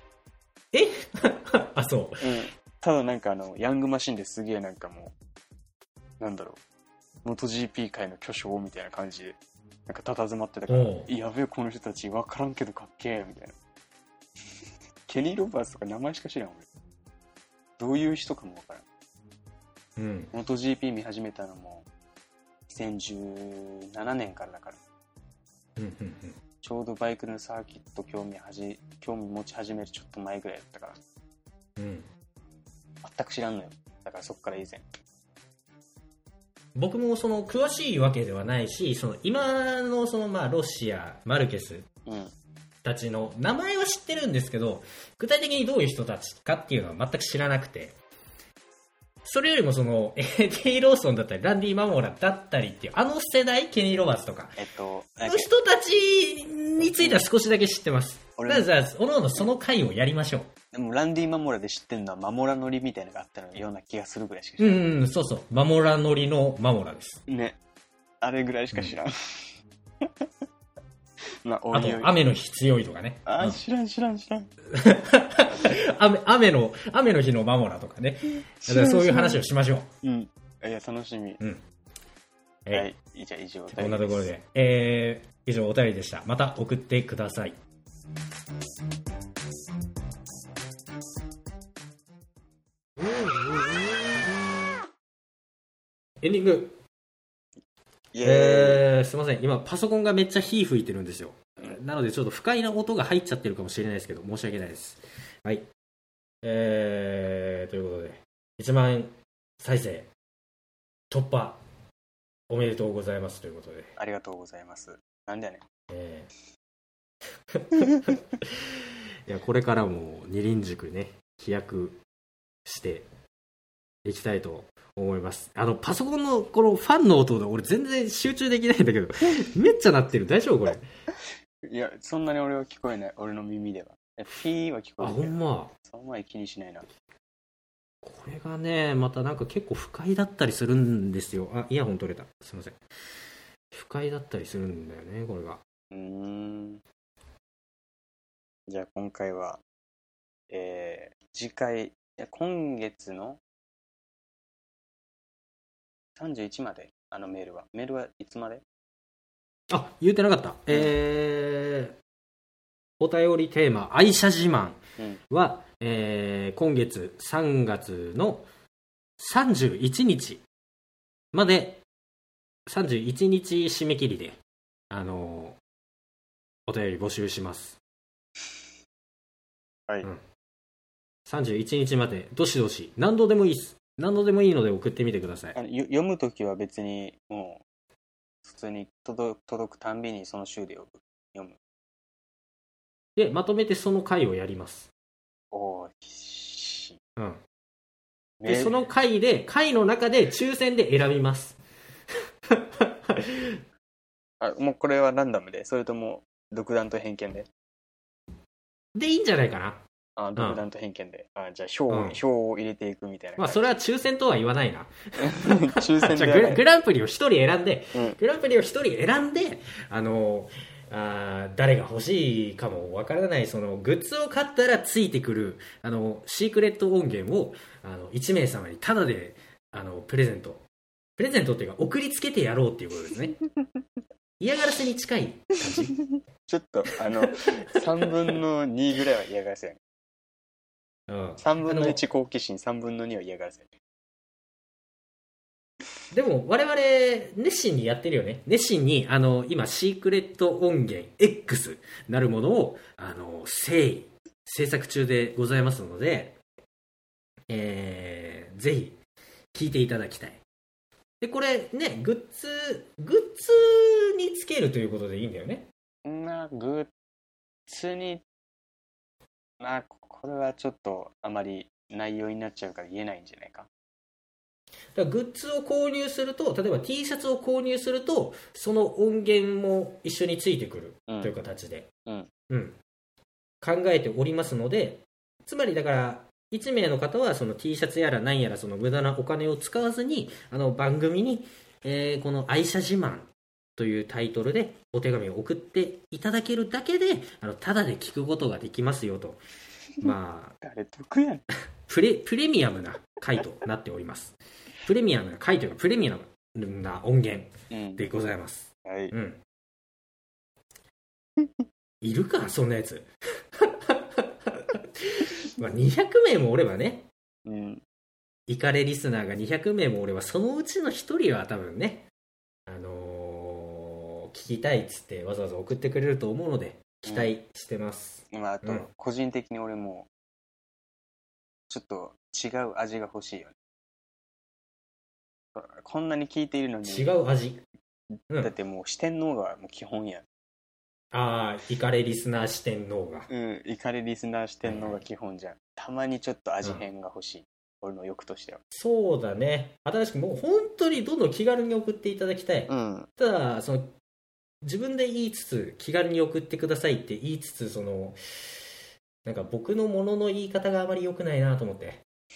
あ、そう。 ただなんかヤングマシンですげえなんかもう、なんだろう。MotoGP 界の巨匠みたいな感じで。なんか佇まってたから、やべえこの人たち分からんけどかっけえみたいな。ケニー・ロバーツとか名前しか知らん俺。どういう人かも分からん。MotoGP 見始めたのも2017年からだから。ちょうどバイクのサーキット興味持ち始めるちょっと前ぐらいだったから。全く知らんのよ。だからそっから以前。 僕も詳しいわけではないし、今のロシア、マルケスたちの名前は知ってるんですけど、具体的にどういう人たちかっていうのは全く知らなくて、それよりもエディ・ローソンだったりランディ・マモラだったりっていう世代、ケニー・ロバーツとかの人たちについては少しだけ知ってます。じゃあおのおのその回をやりましょう。 でもランディ・マモラで知ってるのはマモラ乗りみたいなのがあったような気がするぐらいしか知らない。 そうそう、マモラ乗りのマモラですね。あれぐらいしか知らん。 あと雨の日強いとかね。 知らん雨の日のマモラとかね。そういう話をしましょう。 いや楽しみ。はい、じゃあ以上。 こんなところで、以上お便りでした。また送ってください。エンディング。すいません、今パソコンがめっちゃ火吹いてるんですよ。 なのでちょっと不快な音が入っちゃってるかもしれないですけど、申し訳ないです。はい。ということで、1万再生突破おめでとうございますということで。 ありがとうございます。なんでやねん。いや、これからも二輪塾ね、飛躍していきたいと思います。パソコンのこのファンの音で俺全然集中できないんだけど、めっちゃ鳴ってる。大丈夫これ？ いや、そんなに俺は聞こえない。俺の耳では。ピーは聞こえる。 あ、ほんま。 そんまり気にしないな。 これがね、またなんか結構不快だったりするんですよ。あ、イヤホン取れた。すいません。不快だったりするんだよね、これが。 じゃあ今回は、次回、今月の31まで、メールは。メールはいつまで？ あ、言うてなかった。お便りテーマ、愛車自慢は、今月3月の31日まで、31日締め切りで、お便り募集します。 はい。 31日まで、どしどし、何度でもいいです。何度でもいいので送ってみてください。 読むときは別に、もう、普通に届くたんびにその週で読む。 で、まとめてその回をやります。 おーし。うん。 で、その回の中で抽選で選びます。 もうこれはランダムで、それとも独断と偏見で？ でいいんじゃないかな。 独断と偏見で。じゃあ票を入れていくみたいな。 まあそれは抽選とは言わないな。 抽選でじゃあグランプリを一人選んで、誰が欲しいかもわからないそのグッズを買ったらついてくるシークレット音源を1名様にタダでプレゼントっていうか送りつけてやろうっていうことですね。嫌がらせに近い感じ。 ちょっと3分の2ぐらいは嫌がらせやね。3分の1好奇心、3分の2は嫌がらせ。 でも我々熱心にやってるよね。熱心に今シークレット音源 X なるものを制作中でございますので、ぜひ聞いていただきたい。でこれね、グッズにつけるということでいいんだよね。 グッズにこれはちょっとあまり内容になっちゃうから言えないんじゃないか。 だからグッズを購入すると、例えば T シャツを購入するとその音源も一緒についてくるという形で、考えておりますので、つまりだから1名の方はその T シャツやら何やらその無駄なお金を使わずに番組に、この愛車自慢というタイトルでお手紙を送っていただけるだけでタダで聞くことができますよと。まあ誰得やん。 プレミアムな回となっております。プレミアムな回というかプレミアムな音源でございます、 はい、 いるかそんなやつ。まあ200名もおればね、イカレリスナーが200名もおればそのうちの1人は多分ね、聞きたいっつってわざわざ送ってくれると思うので期待してます。 あと個人的に俺もちょっと違う味が欲しいよね。こんなに聞いているのに違う味、 だってもう四天王がもう基本やん。 イカレリスナー四天王がイカレリスナー四天王が基本じゃん、たまにちょっと味変が欲しい、俺の欲としては。 そうだね、新しくもう本当にどんどん気軽に送っていただきたい、ただその自分で言いつつ気軽に送ってくださいって言いつつ、そのなんか僕のものの言い方があまり良くないなと思って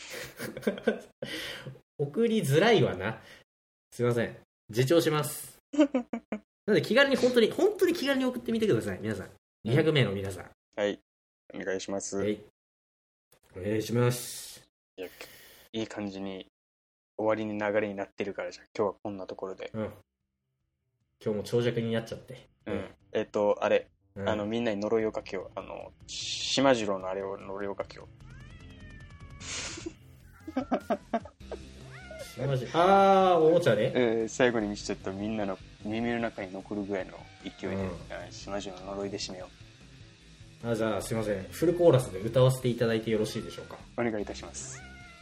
送りづらいわな。すいません、自重します。なので気軽に本当に気軽に送ってみてください、皆さん。200名の皆さん。 はい、お願いします。 お願いします。 いい感じに終わりに流れになってるから、じゃあ今日はこんなところで。 今日も長尺になっちゃって。 あれ、みんなに呪いをかけよう。島次郎のあれを呪いをかけよう。 おもちゃね。 最後にちょっとみんなの耳の中に残るぐらいの勢いで、島女の呪いで締めよう。じゃあすいません、フルコーラスで歌わせていただいてよろしいでしょうか。 お願いいたします。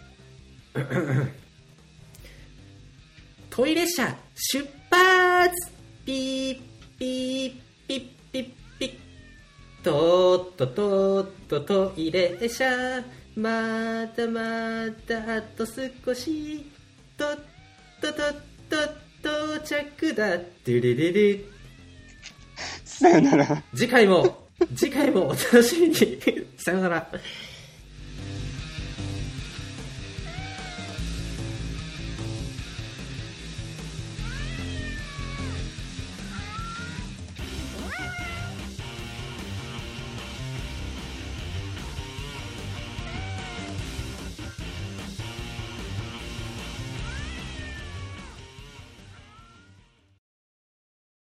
トイレ車出発、ピーピーピッピッピッ、とっととっとトイレ車、まだまだあと少し、とっととっと到着だ、ドゥルルル。 さよなら。 次回もお楽しみに。さよなら。